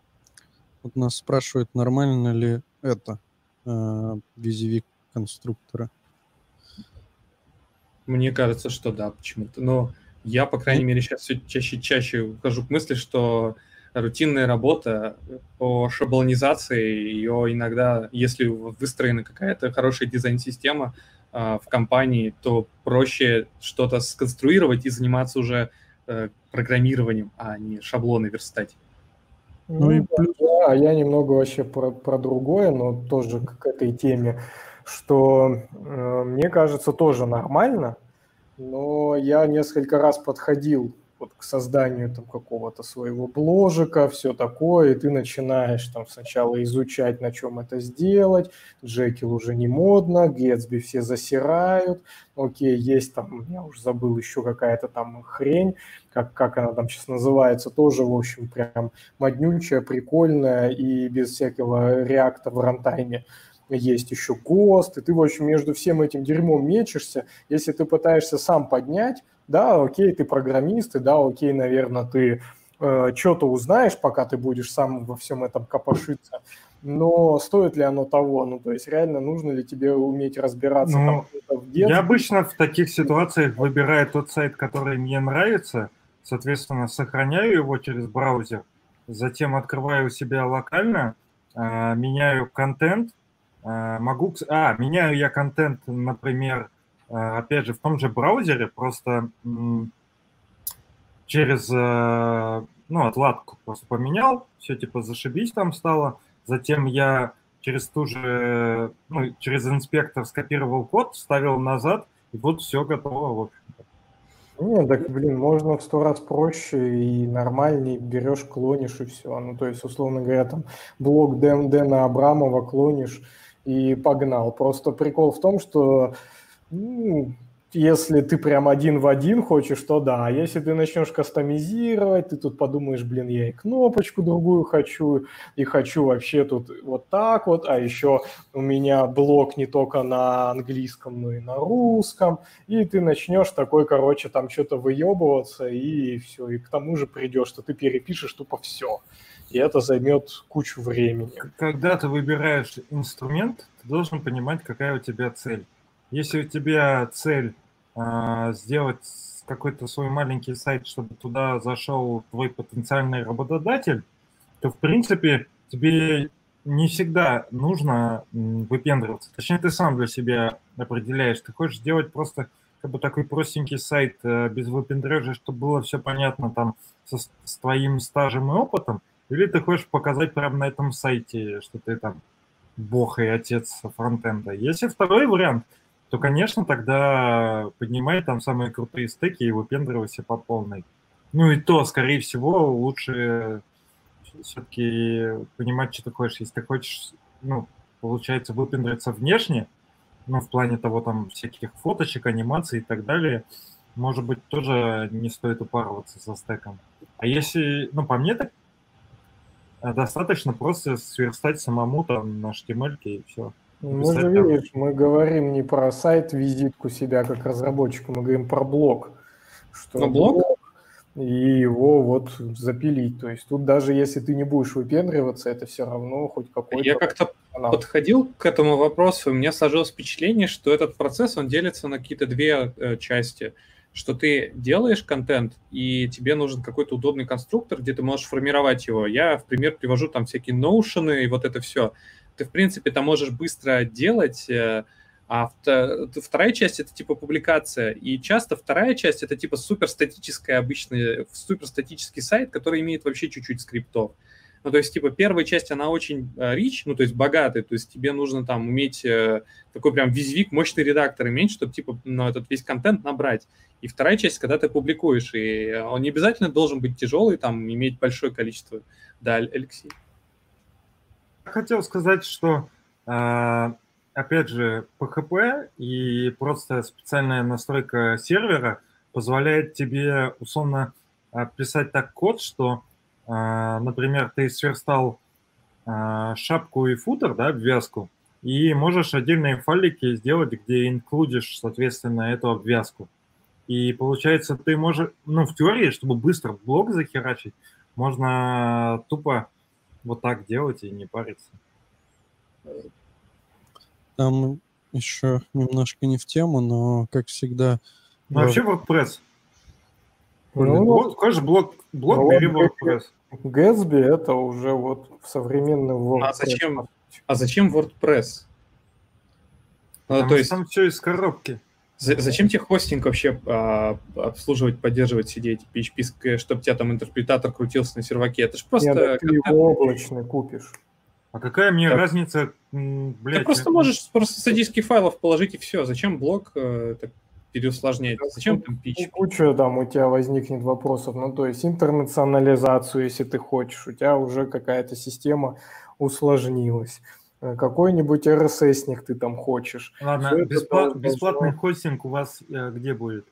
Вот нас спрашивают, нормально ли это, э, визивик конструктора. Мне кажется, что да, почему-то. Но я, по крайней mm. мере, сейчас все чаще и чаще ухожу к мысли, что рутинная работа по шаблонизации, ее иногда, если выстроена какая-то хорошая дизайн-система э, в компании, то проще что-то сконструировать и заниматься уже э, программированием, а не шаблоны верстать. Ну, ну и плюс, да, я немного вообще про, про другое, но тоже к этой теме, что э, мне кажется тоже нормально, но я несколько раз подходил вот к созданию там какого-то своего бложика, все такое, и ты начинаешь там сначала изучать, на чем это сделать, Джекил уже не модно, Гетсби все засирают, окей, есть там, я уже забыл, еще какая-то там хрень, как, как она там сейчас называется, тоже, в общем, прям моднючая, прикольная и без всякого реакта в рантайме. Есть еще ГОСТ, и ты, в общем, между всем этим дерьмом мечешься. Если ты пытаешься сам поднять, да, окей, ты программист, и да, окей, наверное, ты э, что-то узнаешь, пока ты будешь сам во всем этом копошиться, но стоит ли оно того? Ну, то есть реально нужно ли тебе уметь разбираться ну, там в детстве? Я обычно в таких ситуациях выбираю тот сайт, который мне нравится, соответственно, сохраняю его через браузер, затем открываю у себя локально, э, меняю контент, э, могу... А, меняю я контент, например, опять же, в том же браузере, просто через, ну, отладку просто поменял, все типа зашибись там стало. Затем я через ту же, ну, через инспектор скопировал код, вставил назад, и вот все готово, в общем-то. Нет, так, блин, можно в сто раз проще и нормальней, берешь, клонишь и все. Ну, то есть, условно говоря, там блок Дэна Абрамова клонишь и погнал. Просто прикол в том, что ну, если ты прям один в один хочешь, то да. А если ты начнешь кастомизировать, ты тут подумаешь, блин, я и кнопочку другую хочу, и хочу вообще тут вот так вот, а еще у меня блок не только на английском, но и на русском, и ты начнешь такой, короче, там что-то выебываться, и все, и к тому же придешь, что ты перепишешь тупо все. И это займет кучу времени. Когда ты выбираешь инструмент, ты должен понимать, какая у тебя цель. Если у тебя цель э, сделать какой-то свой маленький сайт, чтобы туда зашел твой потенциальный работодатель, то, в принципе, тебе не всегда нужно выпендриваться. Точнее, ты сам для себя определяешь. Ты хочешь сделать просто как бы такой простенький сайт без выпендрежа, чтобы было все понятно там со, с твоим стажем и опытом, или ты хочешь показать прямо на этом сайте, что ты там бог и отец фронтенда. Если второй вариант, то, конечно, тогда поднимай там самые крутые стеки и выпендривайся по полной. Ну и то, скорее всего, лучше все-таки понимать, что ты хочешь. Если ты хочешь, ну, получается, выпендриться внешне, ну, в плане того, там, всяких фоточек, анимаций и так далее, может быть, тоже не стоит упарываться со стеком. А если, ну, по мне, так достаточно просто сверстать самому там на эйч ти эм эль-ке и все. Мы же, видишь, мы говорим не про сайт-визитку себя как разработчика, мы говорим про блог. Что Но блог? блог и его вот запилить. То есть тут даже если ты не будешь выпендриваться, это все равно хоть какой-то... Я как-то канал. Подходил к этому вопросу, и у меня сложилось впечатление, что этот процесс, он делится на какие-то две э, части. Что ты делаешь контент, и тебе нужен какой-то удобный конструктор, где ты можешь формировать его. Я, в пример, привожу там всякие Notion и вот это все. Ты, в принципе, там можешь быстро делать... Э, А вторая часть — это типа публикация. И часто вторая часть — это типа суперстатическая обычная, суперстатический сайт, который имеет вообще чуть-чуть скриптов. Ну, то есть, типа, первая часть, она очень rich, ну, то есть богатая, то есть тебе нужно там уметь э, такой прям визивик, мощный редактор иметь, чтобы, типа, ну, этот весь контент набрать. И вторая часть, когда ты публикуешь, и он не обязательно должен быть тяжелый, там, иметь большое количество. Да, Алексей? Я хотел сказать, что... Э... Опять же, пи эйч пи и просто специальная настройка сервера позволяет тебе, условно, писать так код, что, например, ты сверстал шапку и футер, да, обвязку, и можешь отдельные файлики сделать, где инклюдишь, соответственно, эту обвязку. И получается, ты можешь, ну, в теории, чтобы быстро блок захерачить, можно тупо вот так делать и не париться. Там еще немножко не в тему, но, как всегда... Ну, вообще WordPress. Ну, блок, какой же блок, блок ну, бери WordPress. Gatsby — это уже вот современный WordPress. А зачем, а зачем WordPress? Потому ну, то есть там все из коробки. За, зачем тебе хостинг вообще а, обслуживать, поддерживать, сидеть, пи эйч пи, чтобы у тебя там интерпретатор крутился на серваке? Это же просто... Нет, ты его облачный купишь. А какая мне так. разница, блядь? Ты просто это... можешь просто с диски файлов положить и все. Зачем блок э, так переусложнять? Зачем там пи эйч пи? Куча там у тебя возникнет вопросов. Ну, то есть интернационализацию, если ты хочешь, у тебя уже какая-то система усложнилась. Какой-нибудь эр эс эс-ник ты там хочешь. Ладно, беспла- бесплатный должно... хостинг у вас э, где будет?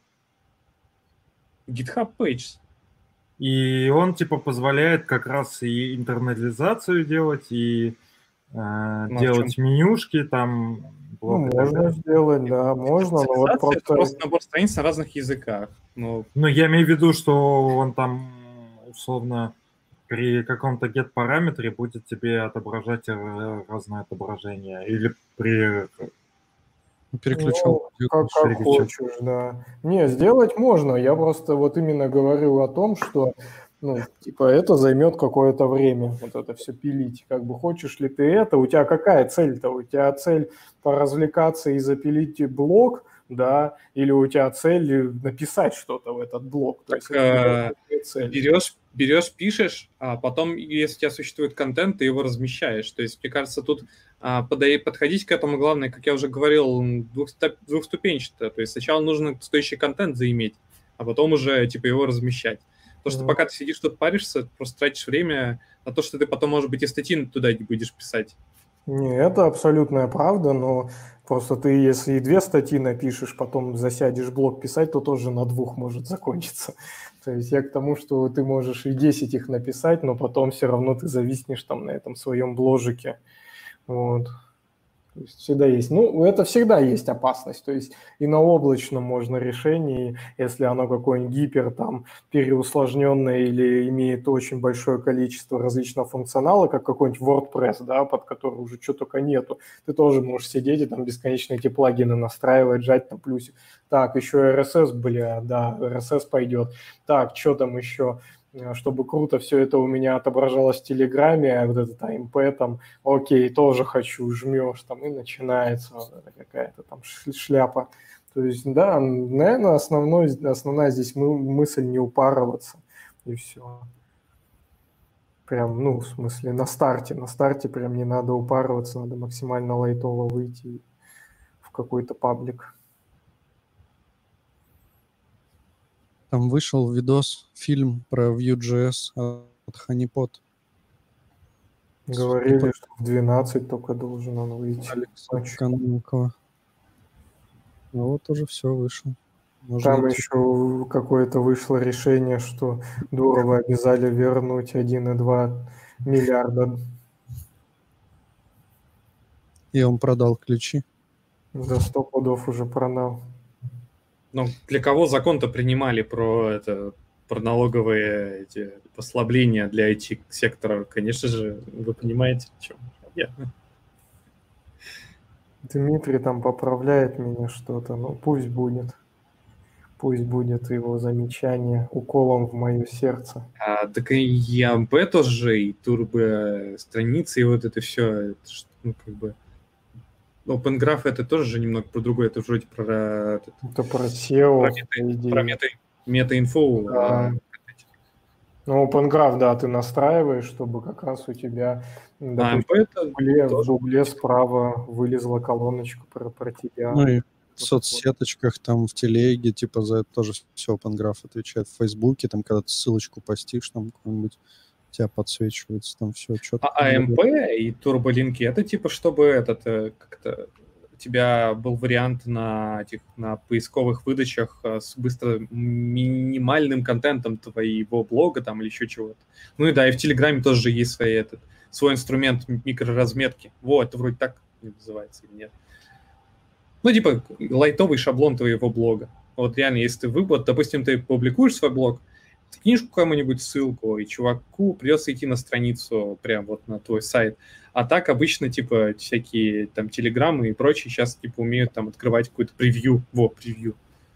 GitHub Pages. И он типа позволяет как раз и интернализацию делать, и э, ну, делать менюшки там. Ну, можно сделать, да, можно. Но вот просто... Это просто набор страниц на разных языках. Но... ну, я имею в виду, что он там условно при каком-то get-параметре будет тебе отображать разное отображение. Или при... Переключал. Ну, как, как хочешь, да. Не, сделать можно. Я просто вот именно говорил о том, что, ну, типа, это займет какое-то время, вот это все пилить. Как бы хочешь ли ты это? У тебя какая цель-то? У тебя цель поразвлекаться и запилить блок, да, или у тебя цель написать что-то в этот блок? То есть это цель. Берешь, берешь, пишешь, а потом, если у тебя существует контент, ты его размещаешь. То есть, мне кажется, тут а, подходить к этому, главное, как я уже говорил, двухступенчато. То есть сначала нужно стоящий контент заиметь, а потом уже типа его размещать. Потому что mm-hmm. пока ты сидишь тут паришься, просто тратишь время на то, что ты потом, может быть, и статьи туда не будешь писать. Не, это абсолютная правда, но просто ты, если и две статьи напишешь, потом засядешь блог писать, то тоже на двух может закончиться. То есть я к тому, что ты можешь и десять их написать, но потом все равно ты зависнешь там на этом своем бложике. Вот. То есть всегда есть. Ну, это всегда есть опасность. То есть и на облачном можно решение, если оно какое-нибудь гипер, там, переусложненное или имеет очень большое количество различного функционала, как какой-нибудь WordPress, да, под который уже что только нету, ты тоже можешь сидеть и там бесконечно эти плагины настраивать, жать на плюсик. Так, еще эр эс эс, бля, да, эр эс эс пойдет. Так, что там еще? чтобы круто все это у меня отображалось в Телеграме, а вот этот АМП там, окей, тоже хочу, жмешь там, и начинается вот эта какая-то там шляпа. То есть, да, наверное, основной, основная здесь мы, мысль не упарываться, и все. Прям, ну, в смысле, на старте, на старте прям не надо упарываться, надо максимально лайтово выйти в какой-то паблик. Там вышел видос, фильм про Vue.js от Honeypot. Говорили, что в двенадцать только должен он выйти. Алекса Канункова. Ну вот уже все вышло. Можно Там идти. еще какое-то вышло решение, что Дурова обязали вернуть один и два миллиарда. И он продал ключи. За сто пудов уже продал. Ну, для кого закон-то принимали про это, про налоговые эти послабления для ай ти-сектора? Конечно же, вы понимаете, о чем я. Дмитрий там поправляет меня что-то, ну пусть будет. Пусть будет его замечание уколом в мое сердце. А, так и АМП тоже, и турбо страницы, и вот это все, это, ну, как бы... Open Graph это тоже же немного про другое, это вроде про... Это, это про сео, про, мета, про мета, мета-инфо. Да. А... Ну, Open Graph, да, ты настраиваешь, чтобы как раз у тебя, допустим, а в, гугле, в гугле справа вылезла колоночка про, про тебя. Ну и в соцсеточках, там в телеге, типа за это тоже все Open Graph отвечает. В Фейсбуке, там когда ты ссылочку постишь, там какой-нибудь тебя подсвечивается, там все четко. А АМП и турболинки, это типа, чтобы этот, как-то у тебя был вариант на этих, на поисковых выдачах с быстро минимальным контентом твоего блога там или еще чего-то. Ну и да, и в Телеграме тоже есть свой, этот, свой инструмент микроразметки. Вот, это вроде так называется или нет. Ну, типа, лайтовый шаблон твоего блога. Вот реально, если ты выбор, допустим, ты публикуешь свой блог, книжку кому-нибудь ссылку, и чуваку придется идти на страницу, прям вот на твой сайт. А так обычно, типа, всякие там телеграммы и прочие сейчас, типа, умеют там открывать какой-то превью. Во, превью.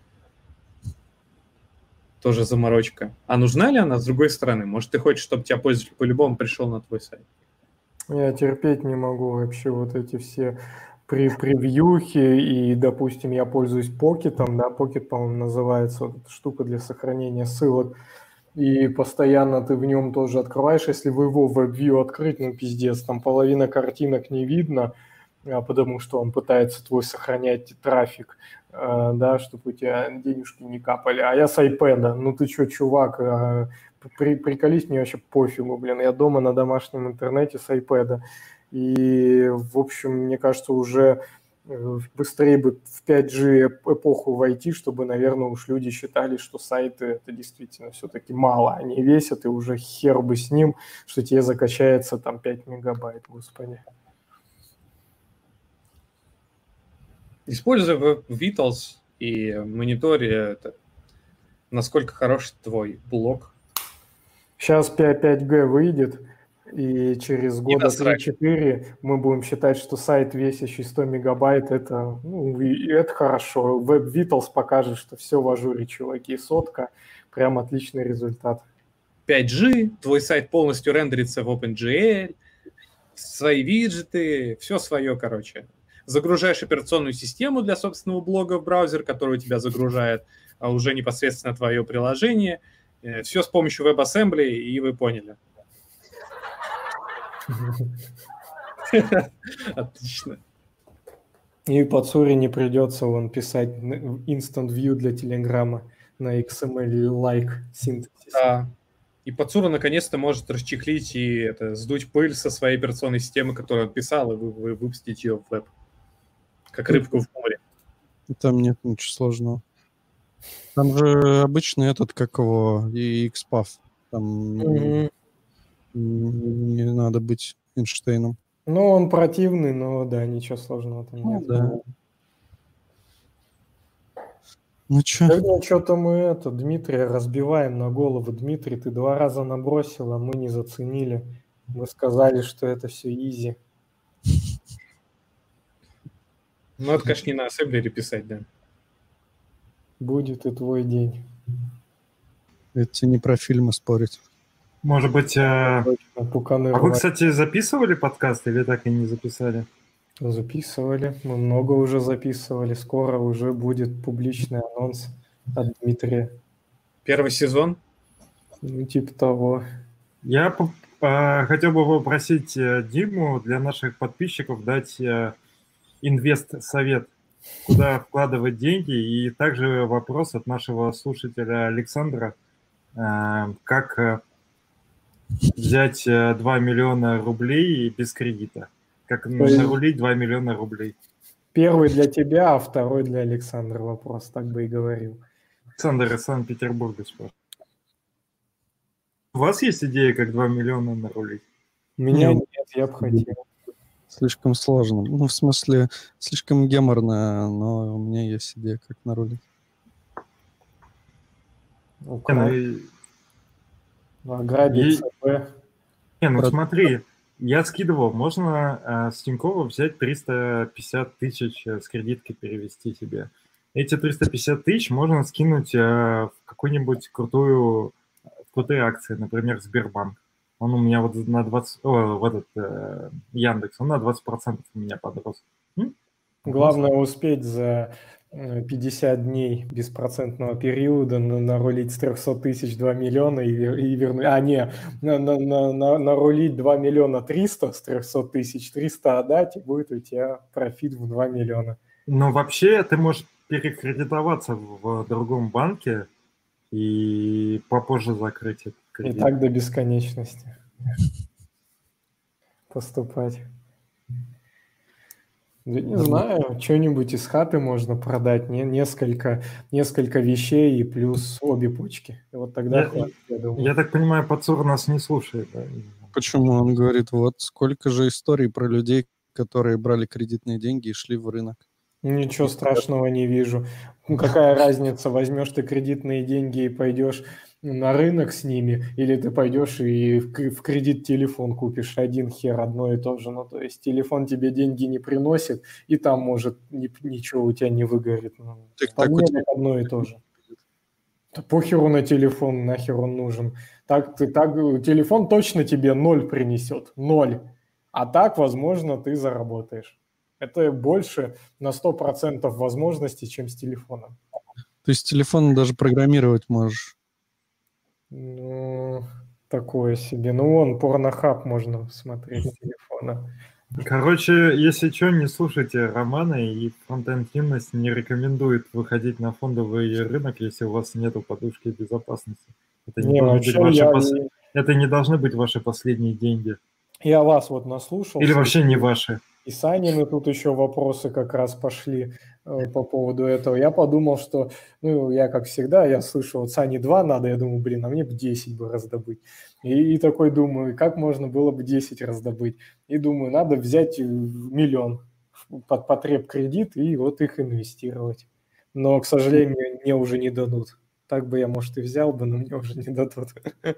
Тоже заморочка. А нужна ли она с другой стороны? Может, ты хочешь, чтобы тебя пользователь по-любому пришел на твой сайт? Я терпеть не могу вообще вот эти все при превьюхи, и, допустим, я пользуюсь Pocket'ом, да, Pocket, по-моему, называется, вот эта штука для сохранения ссылок, и постоянно ты в нем тоже открываешь, если вы его в WebView открыть, ну, пиздец, там половина картинок не видно, потому что он пытается твой сохранять трафик, да, чтобы у тебя денежки не капали, а я с iPad, ну, ты что, чувак, при, приколись, мне вообще пофигу, блин, я дома на домашнем интернете с iPad. И, в общем, мне кажется, уже быстрее бы в пять джи эпоху войти, чтобы, наверное, уж люди считали, что сайты это действительно все-таки мало. Они весят, и уже хер бы с ним, что тебе закачается там пять мегабайт, господи. Используя Vitals и мониторе, это, насколько хорош твой блог. Сейчас пять джи выйдет. И через года три-четыре мы будем считать, что сайт, весящий сто мегабайт, это, ну, и это хорошо. Web Vitals покажет, что все в ажуре, чуваки, сотка, прям отличный результат. пять джи, твой сайт полностью рендерится в OpenGL, свои виджеты, все свое, короче. Загружаешь операционную систему для собственного блога в браузер, который у тебя загружает а уже непосредственно твое приложение. Все с помощью WebAssembly, и вы поняли. Отлично. И по Цуре не придется вон писать Instant View для Телеграма на икс эм эль-like синтезис. Да. И Пацура наконец-то может расчехлить и это, сдуть пыль со своей операционной системы, которую он писал, и вы, вы выпустить ее в веб. Как рыбку в море. Там нет ничего сложного. Там же обычный этот, как его, и икс паф. Там mm-hmm. не надо быть Эйнштейном. Ну, он противный, но да, ничего сложного там ну, нет. Да. Ну что? Сегодня что-то мы это, Дмитрия разбиваем на голову. Дмитрий, ты два раза набросил, а мы не заценили. Мы сказали, что это все изи. Ну, это, конечно, не на ассемблере писать, да. Будет и твой день. Это не про фильмы спорить. Может быть... Э... Точно, пуканы А вы, рвать. кстати, записывали подкаст или так и не записали? Записывали. Мы много уже записывали. Скоро уже будет публичный анонс от Дмитрия. Первый сезон? Ну, типа того. Я по- э, хотел бы попросить э, Диму для наших подписчиков дать э, инвест-совет, куда вкладывать деньги, и также вопрос от нашего слушателя Александра, э, как э, взять э, два миллиона рублей без кредита, как есть- нарулить два миллиона рублей. Первый для тебя, а второй для Александра вопрос, так бы и говорил. Александр из Санкт-Петербурга спрашивает. У вас есть идея, как два миллиона нарулить? У меня Не, нет, я бы хотел. Слишком сложно. Ну, в смысле, слишком геморно, но у меня есть идея, как нарулить. Не, ну, Украсть, и- ограбить и- ЦБ. не, ну Про- смотри, я скидывал, можно э, с Тинькова взять триста пятьдесят тысяч э, с кредитки перевести себе. Эти триста пятьдесят тысяч можно скинуть э, в какую-нибудь крутую, в крутые акции, например, Сбербанк. Он у меня вот на двадцать, о, в этот э, Яндекс, он на двадцать процентов у меня подрос. М? Главное успеть за э, пятьдесят дней беспроцентного периода на- нарулить с трехсот тысяч два миллиона и, вер- и вернуть... А, не, на, на- на- на- нарулить два миллиона триста с трехсот тысяч, триста отдать, и будет у тебя профит в два миллиона. Но вообще ты можешь перекредитоваться в, в другом банке и попозже закрыть этот И кредит. так до бесконечности поступать. Да не знаю, что-нибудь из хаты можно продать, не, несколько, несколько вещей и плюс обе почки. И вот тогда Я, хватит, я думаю. я так понимаю, Пацур нас не слушает. Да? Почему? Он говорит, вот сколько же историй про людей, которые брали кредитные деньги и шли в рынок. Ничего страшного не вижу. Ну, какая разница, возьмешь ты кредитные деньги и пойдешь на рынок с ними, или ты пойдешь и в к- в кредит телефон купишь, один хер, одно и то же. Ну, то есть телефон тебе деньги не приносит, и там, может, ни- ничего у тебя не выгорит. Ну, Так, по так у мне тебя- так одно и то же. Да похеру на телефон, нахер он нужен. Так, ты, так, э, телефон точно тебе ноль принесет, ноль. А так, возможно, ты заработаешь. Это больше на сто процентов возможностей, чем с телефоном. То есть телефон даже программировать можешь. Ну, такое себе. Ну, вон, порнохаб можно смотреть с телефона. Короче, если что, не слушайте Романа, и фронтенд Юность не рекомендует выходить на фондовый рынок, если у вас нету подушки безопасности. Это не, Не, должны вообще, быть ваши я, пос- Это не должны быть ваши последние деньги. я вас вот наслушался. Или вообще не ваши. И Санины тут еще вопросы как раз пошли э, по поводу этого. Я подумал, что, ну, я как всегда, я слышу, вот Сани два надо, я думаю, блин, а мне бы десять бы раздобыть. И, и такой думаю, как можно было бы десять раздобыть? И думаю, надо взять э, миллион под потреб кредит и вот их инвестировать. Но, к сожалению, мне уже не дадут. Так бы я, может, и взял бы, но мне уже не дадут.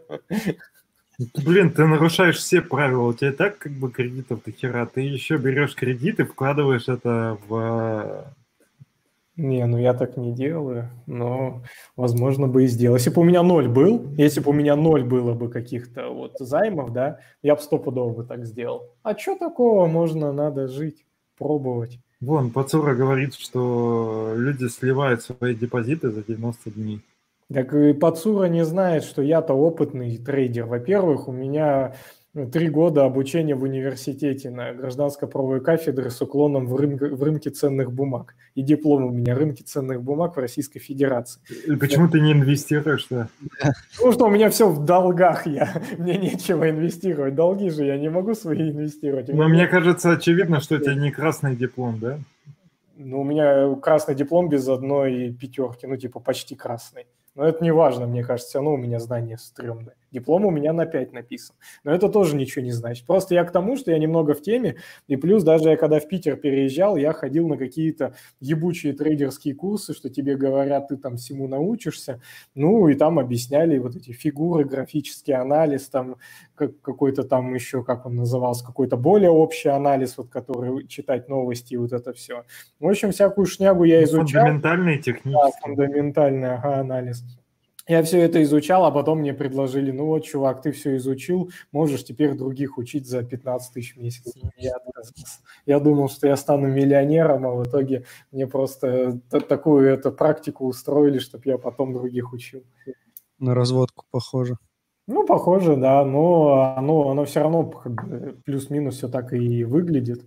Блин, ты нарушаешь все правила. У тебя и так как бы кредитов до хера. Ты еще берешь кредит и вкладываешь это в... Не, ну я так не делаю, но, возможно, бы и сделал. Если бы у меня ноль был, если бы у меня ноль было бы каких-то вот займов, да, я бы стопудово бы так сделал. А что такого? Можно, надо жить, пробовать. Вон, Пацура говорит, что люди сливают свои депозиты за девяносто дней. Так и Пацура не знает, что я-то опытный трейдер. Во-первых, у меня три года обучения в университете на гражданско-правовой кафедре с уклоном в, рынке, в рынке ценных бумаг. И диплом у меня рынки ценных бумаг в Российской Федерации. И почему ты не инвестируешь-то? Потому что у меня все в долгах, я, мне нечего инвестировать. Долги же я не могу свои инвестировать. У Но меня мне нет- кажется, очевидно, что у тебя не красный диплом, да? Ну, у меня красный диплом без одной пятерки, ну, типа почти красный. Но это не важно, мне кажется, все равно у меня знания стрёмные. Диплом у меня на пять написан. Но это тоже ничего не значит. Просто я к тому, что я немного в теме, и плюс даже я когда в Питер переезжал, я ходил на какие-то ебучие трейдерские курсы, что тебе говорят, ты там всему научишься. Ну, и там объясняли вот эти фигуры, графический анализ, там как, какой-то там еще, как он назывался, какой-то более общий анализ, вот который читать новости и вот это все. В общем, всякую шнягу я изучал. Фундаментальные Да, технические. фундаментальный ага, анализ. Я все это изучал, а потом мне предложили, ну вот, чувак, ты все изучил, можешь теперь других учить за пятнадцать тысяч в месяц. Я отказался. Я думал, что я стану миллионером, а в итоге мне просто такую эту практику устроили, чтобы я потом других учил. На разводку похоже. Ну, похоже, да, но оно, оно все равно как бы плюс-минус все так и выглядит.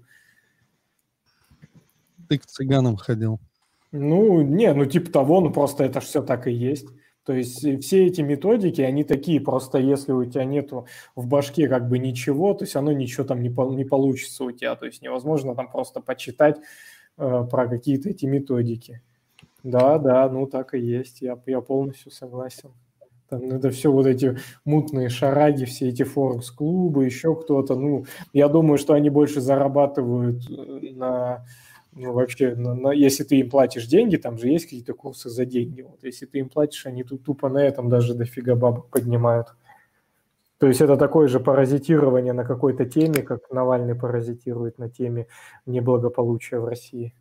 Ты к цыганам ходил. Ну, не, ну типа того, ну просто это все так и есть. То есть все эти методики, они такие, просто если у тебя нету в башке как бы ничего, то есть оно ничего там не, по, не получится у тебя. То есть невозможно там просто почитать э, про какие-то эти методики. Да, да, ну так и есть, я, я полностью согласен. Там это все вот эти мутные шараги, все эти форекс-клубы, еще кто-то. Ну, я думаю, что они больше зарабатывают на... Ну, вообще, на, на, если ты им платишь деньги, там же есть какие-то курсы за деньги. Вот, если ты им платишь, они тут тупо на этом даже дофига бабок поднимают. То есть это такое же паразитирование на какой-то теме, как Навальный паразитирует на теме неблагополучия в России.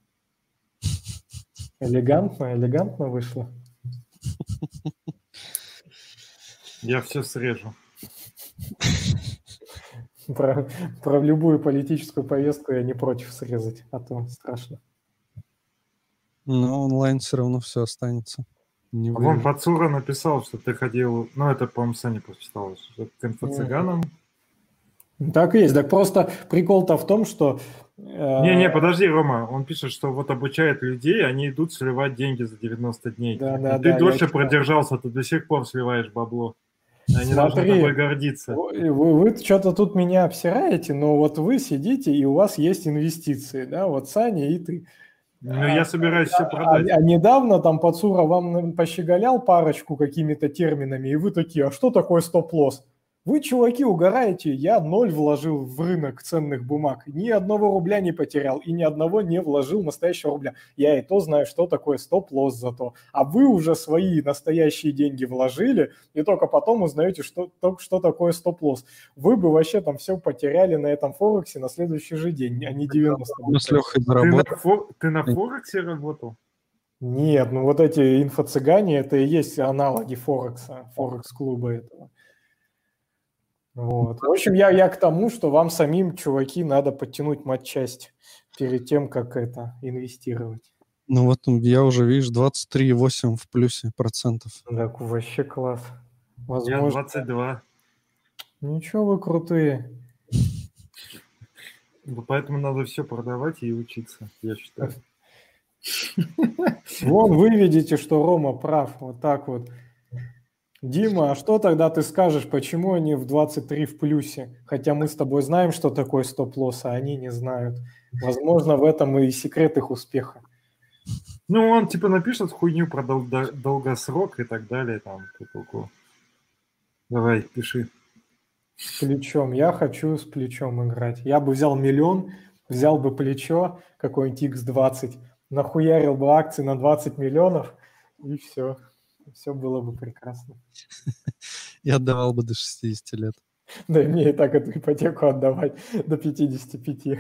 Элегантно, элегантно вышло. Я все срежу. Про, про любую политическую повестку я не против срезать, а то страшно. Но онлайн все равно все останется. Не а вон Пацура написал, что ты ходил, ну это, по-моему, Саня почитал, что к инфо-цыганам. Так и есть. Так просто прикол-то в том, что... Не-не, э... подожди, Рома, он пишет, что вот обучает людей, они идут сливать деньги за девяносто дней. Да, да, ты да, дольше продержался, ты до сих пор сливаешь бабло. Они Смотри, должны тобой гордиться. Вы, вы что-то тут меня обсираете, но вот вы сидите, и у вас есть инвестиции, да, вот Саня и ты. Ну, а, я собираюсь а, все продать. А, а недавно там Пацура вам пощеголял парочку какими-то терминами, и вы такие, а что такое стоп-лосс? Вы, чуваки, угораете, я ноль вложил в рынок ценных бумаг, ни одного рубля не потерял и ни одного не вложил настоящего рубля. Я и то знаю, что такое стоп-лосс зато. А вы уже свои настоящие деньги вложили и только потом узнаете, что, что такое стоп-лосс. Вы бы вообще там все потеряли на этом Форексе на следующий же день, а не девяносто. Ты на, фо... Ты на Форексе работал? Нет, ну вот эти инфо-цыгане, это и есть аналоги Форекса, Форекс-клуба этого. Вот. В общем, я, я к тому, что вам самим, чуваки, надо подтянуть матчасть перед тем, как это инвестировать. Ну вот я уже, видишь, двадцать три и восемь в плюсе процентов. Так, вообще класс. Возможно... Я двадцать два. Ничего, вы крутые. Поэтому надо все продавать и учиться, я считаю. Вон вы видите, что Рома прав, вот так вот. Дима, а что тогда ты скажешь, почему они в двадцать три в плюсе? Хотя мы с тобой знаем, что такое стоп-лосс, а они не знают. Возможно, в этом и секрет их успеха. Ну, он типа напишет хуйню про дол- долгосрок и так далее. Там, Давай, пиши. С плечом. Я хочу с плечом играть. Я бы взял миллион, взял бы плечо, какой-нибудь икс двадцать, нахуярил бы акции на двадцать миллионов, и все. Все было бы прекрасно. Я отдавал бы до шестидесяти лет. Да мне и так эту ипотеку отдавать до пятидесяти пяти.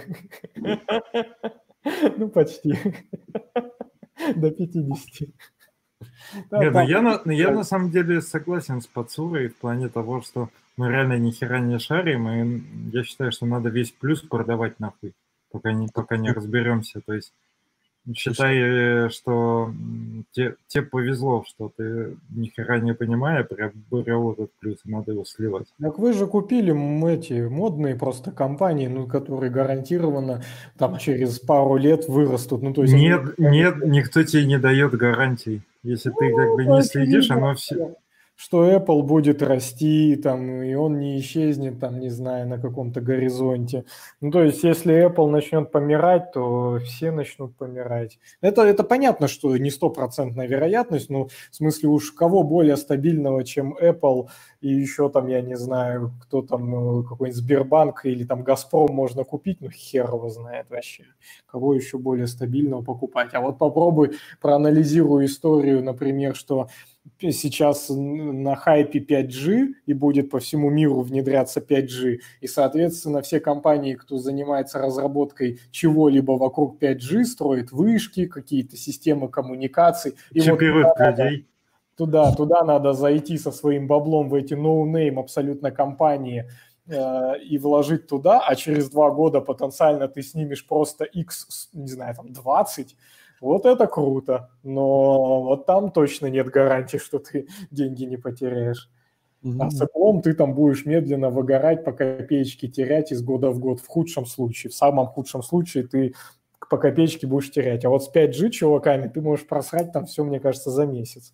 Ну, почти. До пятидесяти. Нет, ну я, на, я на самом деле согласен с Пацурой в плане того, что мы реально ни хера не шарим, и я считаю, что надо весь плюс продавать нахуй, пока не, пока не разберемся. То есть считай, что тебе, тебе повезло, что ты ни хера не понимая, приобрел этот плюс, и надо его сливать. Так вы же купили эти модные просто компании, ну, которые гарантированно там через пару лет вырастут. Ну, то есть нет, они... нет, никто тебе не дает гарантий. Если ну, ты как бы не следишь, оно все... Что Apple будет расти, там, и он не исчезнет, там, не знаю, на каком-то горизонте. Ну, то есть, если Apple начнет помирать, то все начнут помирать. Это, это понятно, что не стопроцентная вероятность, но в смысле уж кого более стабильного, чем Apple, и еще там, я не знаю, кто там, какой-нибудь Сбербанк или там Газпром можно купить, ну, хер его знает вообще. Кого еще более стабильного покупать. А вот попробуй, проанализируй историю, например, что сейчас на хайпе пять джи и будет по всему миру внедряться пять джи, и, соответственно, все компании, кто занимается разработкой чего-либо вокруг пять джи, строят вышки, какие-то системы коммуникаций. Чипируют вот, людей. туда, туда надо зайти со своим баблом в эти ноунейм абсолютно компании э, и вложить туда, а через два года потенциально ты снимешь просто X, не знаю, там двадцать. Вот это круто. Но вот там точно нет гарантии, что ты деньги не потеряешь. А с Apple ты там будешь медленно выгорать, по копеечке терять из года в год, в худшем случае. В самом худшем случае ты по копеечке будешь терять. А вот с пять джи чуваками ты можешь просрать там все, мне кажется, за месяц.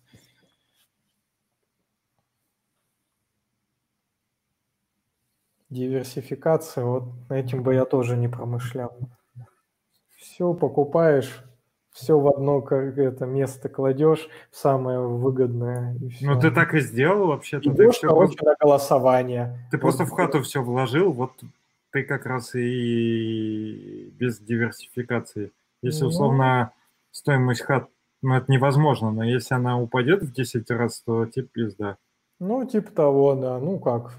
Диверсификация, вот этим бы я тоже не промышлял. Все покупаешь, все в одно это место кладешь, в самое выгодное. И все. Ну, ты так и сделал вообще-то. Идешь, ты короче, просто... на голосование. Ты вот. просто в хату все вложил, вот ты как раз и без диверсификации. Если, условно, ну... стоимость хат, ну, это невозможно, но если она упадет в десять раз, то типа пизда. Ну, типа того, да. Ну, как,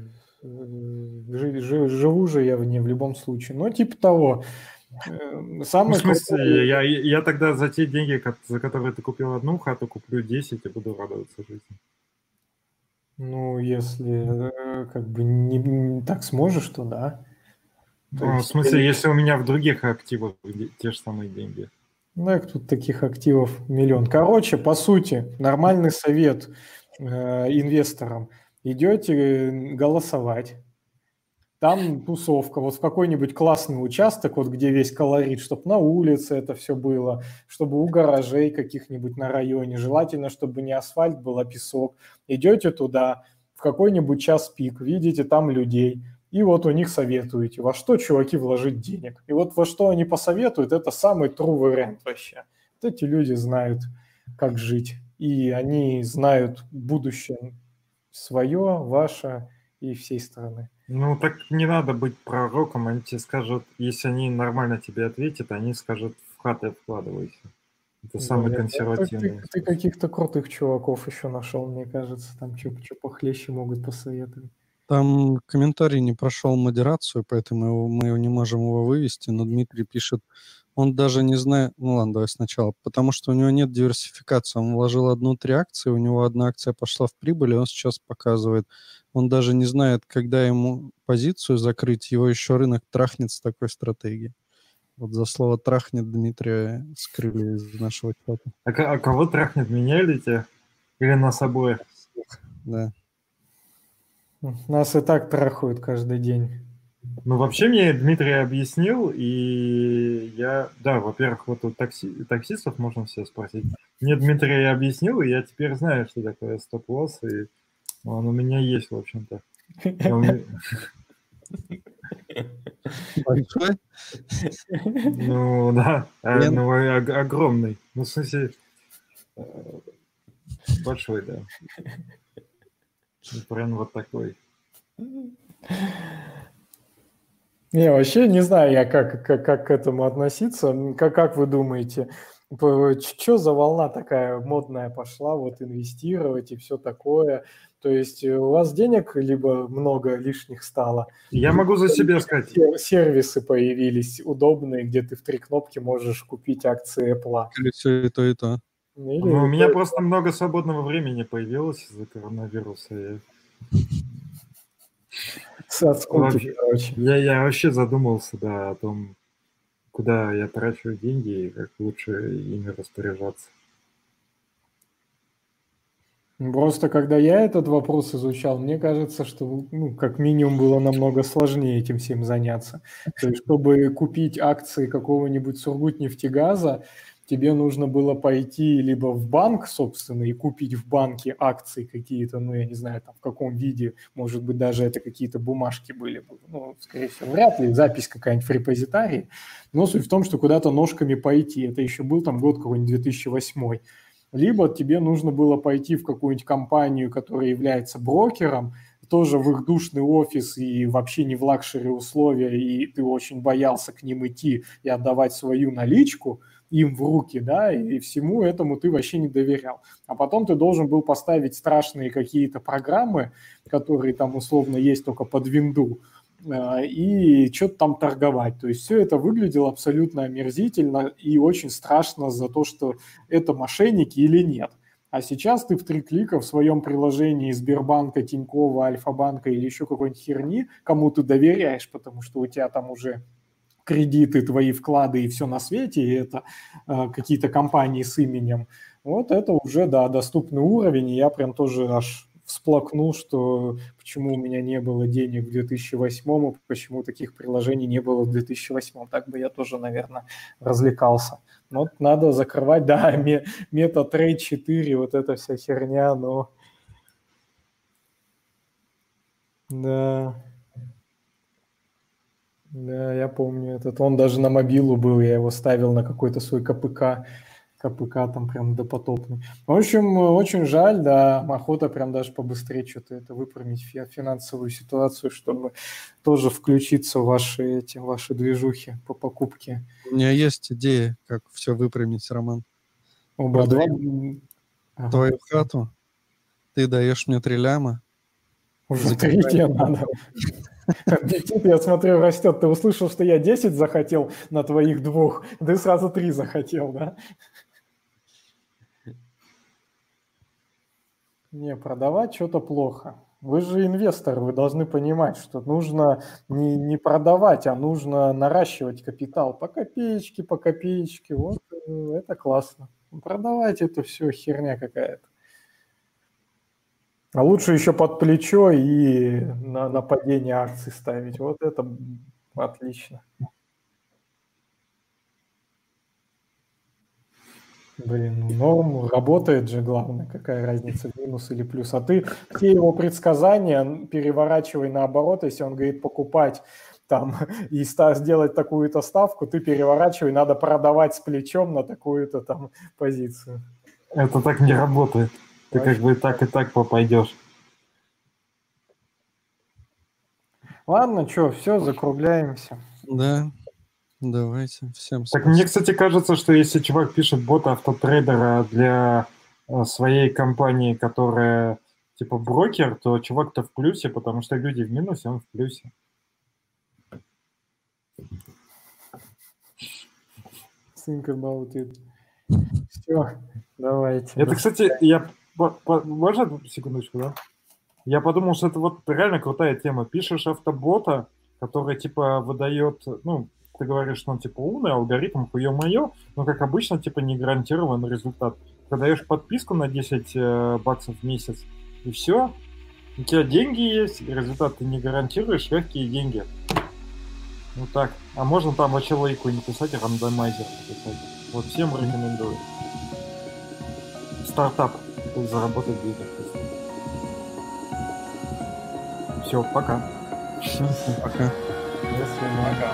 живу же я в ней в любом случае. Но типа того. Самое ну, в смысле, крутое... я, я тогда за те деньги, за которые ты купил одну хату, куплю десять и буду радоваться жизни. Ну, если как бы не, не так сможешь, то да. То ну, есть, в смысле, если у меня в других активах те же самые деньги. Ну, их тут таких активов миллион. Короче, по сути, нормальный совет э, инвесторам. Идете голосовать. Там тусовка, вот в какой-нибудь классный участок, вот где весь колорит, чтобы на улице это все было, чтобы у гаражей каких-нибудь на районе, желательно, чтобы не асфальт был, а песок. Идете туда в какой-нибудь час пик, видите там людей, и вот у них советуете, во что, чуваки, вложить денег. И вот во что они посоветуют, это самый true вариант вообще. Вот эти люди знают, как жить, и они знают будущее свое, ваше и всей страны. Ну, так не надо быть пророком, они тебе скажут, если они нормально тебе ответят, они скажут, в хаты вкладывайся. Это да, самый консервативный. Ты, ты каких-то крутых чуваков еще нашел, мне кажется, там что похлеще могут посоветовать. Там комментарий не прошел модерацию, поэтому его, мы его не можем его вывести, но Дмитрий пишет, он даже не знает, ну ладно, давай сначала, потому что у него нет диверсификации, он вложил одну-три акции, у него одна акция пошла в прибыль, и он сейчас показывает, он даже не знает, когда ему позицию закрыть, его еще рынок трахнет с такой стратегией. Вот за слово «трахнет» Дмитрия скрыли из нашего чата. А, а кого трахнет, меня или тебя? Или нас обоих? Да. Нас и так трахают каждый день. Ну, вообще мне Дмитрий объяснил, и я... Да, во-первых, вот у такси... таксистов можно все спросить. Мне Дмитрий объяснил, и я теперь знаю, что такое стоп-лосс, и он у меня есть, в общем-то. Большой? Ну, да, ну, огромный. Ну, в смысле, большой, да. Прям вот такой. Не, вообще не знаю я, как, как, как к этому относиться. Как, как вы думаете, что за волна такая модная пошла, вот инвестировать и все такое? То есть у вас денег либо много лишних стало? Я могу за себя сказать. Сервисы появились удобные, где ты в три кнопки можешь купить акции Apple. Или все и то, и то. Или ну, у меня это... просто много свободного времени появилось из-за коронавируса. От скуки, короче. Я, я вообще задумался, да, о том, куда я трачу деньги и как лучше ими распоряжаться. Просто когда я этот вопрос изучал, мне кажется, что ну, как минимум было намного сложнее этим всем заняться. То есть, чтобы купить акции какого-нибудь Сургутнефтегаза, тебе нужно было пойти либо в банк, собственно, и купить в банке акции какие-то, ну, я не знаю, там, в каком виде, может быть, даже это какие-то бумажки были. Ну, скорее всего, вряд ли, запись какая-нибудь в репозитарии. Но суть в том, что куда-то ножками пойти. Это еще был там год какой-нибудь две тысячи восьмой. Либо тебе нужно было пойти в какую-нибудь компанию, которая является брокером, тоже в их душный офис и вообще не в лакшери условия, и ты очень боялся к ним идти и отдавать свою наличку им в руки, да, и всему этому ты вообще не доверял. А потом ты должен был поставить страшные какие-то программы, которые там условно есть только под винду, и что-то там торговать. То есть все это выглядело абсолютно омерзительно и очень страшно за то, что это мошенники или нет. А сейчас ты в три клика в своем приложении Сбербанка, Тинькова, Альфа-банка или еще какой-нибудь херни, кому ты доверяешь, потому что у тебя там уже кредиты, твои вклады и все на свете, и это э, какие-то компании с именем. Вот это уже, да, доступный уровень, и я прям тоже аж всплакнул, что почему у меня не было денег в две тысячи восьмом, и почему таких приложений не было в две тысячи восьмом. Так бы я тоже, наверное, развлекался. Но вот надо закрывать, да, MetaTrader четыре, вот эта вся херня, но... Да... Да, я помню этот. Он даже на мобилу был, я его ставил на какой-то свой КПК. КПК там прям допотопный. В общем, очень жаль, да, охота прям даже побыстрее что-то это выправить финансовую ситуацию, чтобы тоже включиться в ваши, эти, ваши движухи по покупке. У меня есть идея, как все выпрямить, Роман. Оба два. Ага. Твою хату, ты даешь мне три ляма. Уже три тебе надо. Аппетит, я смотрю, растет. Ты услышал, что я десять захотел на твоих двух, ты сразу три захотел, да? Не, продавать что-то плохо. Вы же инвестор, вы должны понимать, что нужно не, не продавать, а нужно наращивать капитал по копеечке, по копеечке. Вот это классно. Продавать это все херня какая-то. А лучше еще под плечо и на, на падение акций ставить. Вот это отлично. Блин, ну работает же, главное, какая разница, минус или плюс. А ты все его предсказания переворачивай наоборот, если он говорит покупать там и сделать такую-то ставку, ты переворачивай, надо продавать с плечом на такую-то там позицию. Это так не работает. Ты как бы и так, и так попадешь. Ладно, что, все, закругляемся. Да, давайте. Всем спасибо. Так мне, кстати, кажется, что если чувак пишет бота автотрейдера для своей компании, которая типа брокер, то чувак-то в плюсе, потому что люди в минусе, он в плюсе. Think about it. Все, давайте. Это, кстати, я... Можно секундочку, да? Я подумал, что это вот реально крутая тема. Пишешь автобота, который, типа, выдает... Ну, ты говоришь, что он, типа, умный, алгоритм, хуё-моё, но, как обычно, типа, не гарантированный результат. Ты даешь подписку на десять баксов в месяц, и все. У тебя деньги есть, результат ты не гарантируешь, легкие деньги. Вот так. А можно там вообще лейку не писать, а рандомайзер написать. Вот всем рекомендую. Стартап. Заработать денег. Все, пока. Все, пока. До свидания.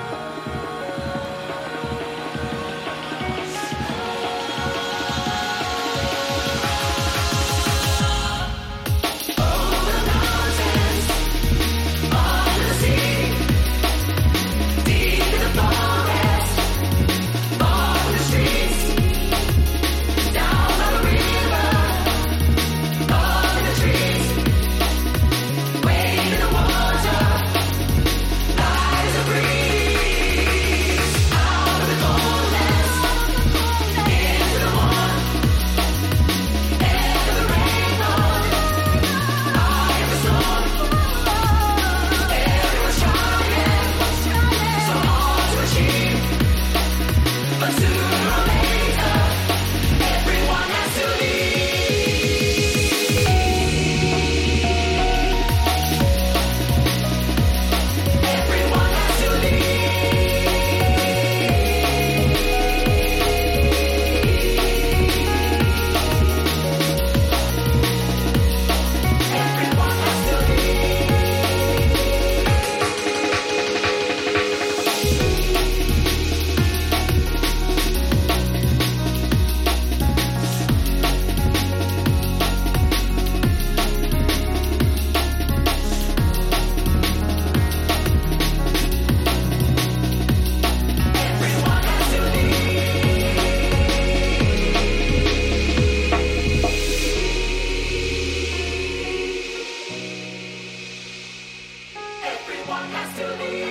Everyone has to leave.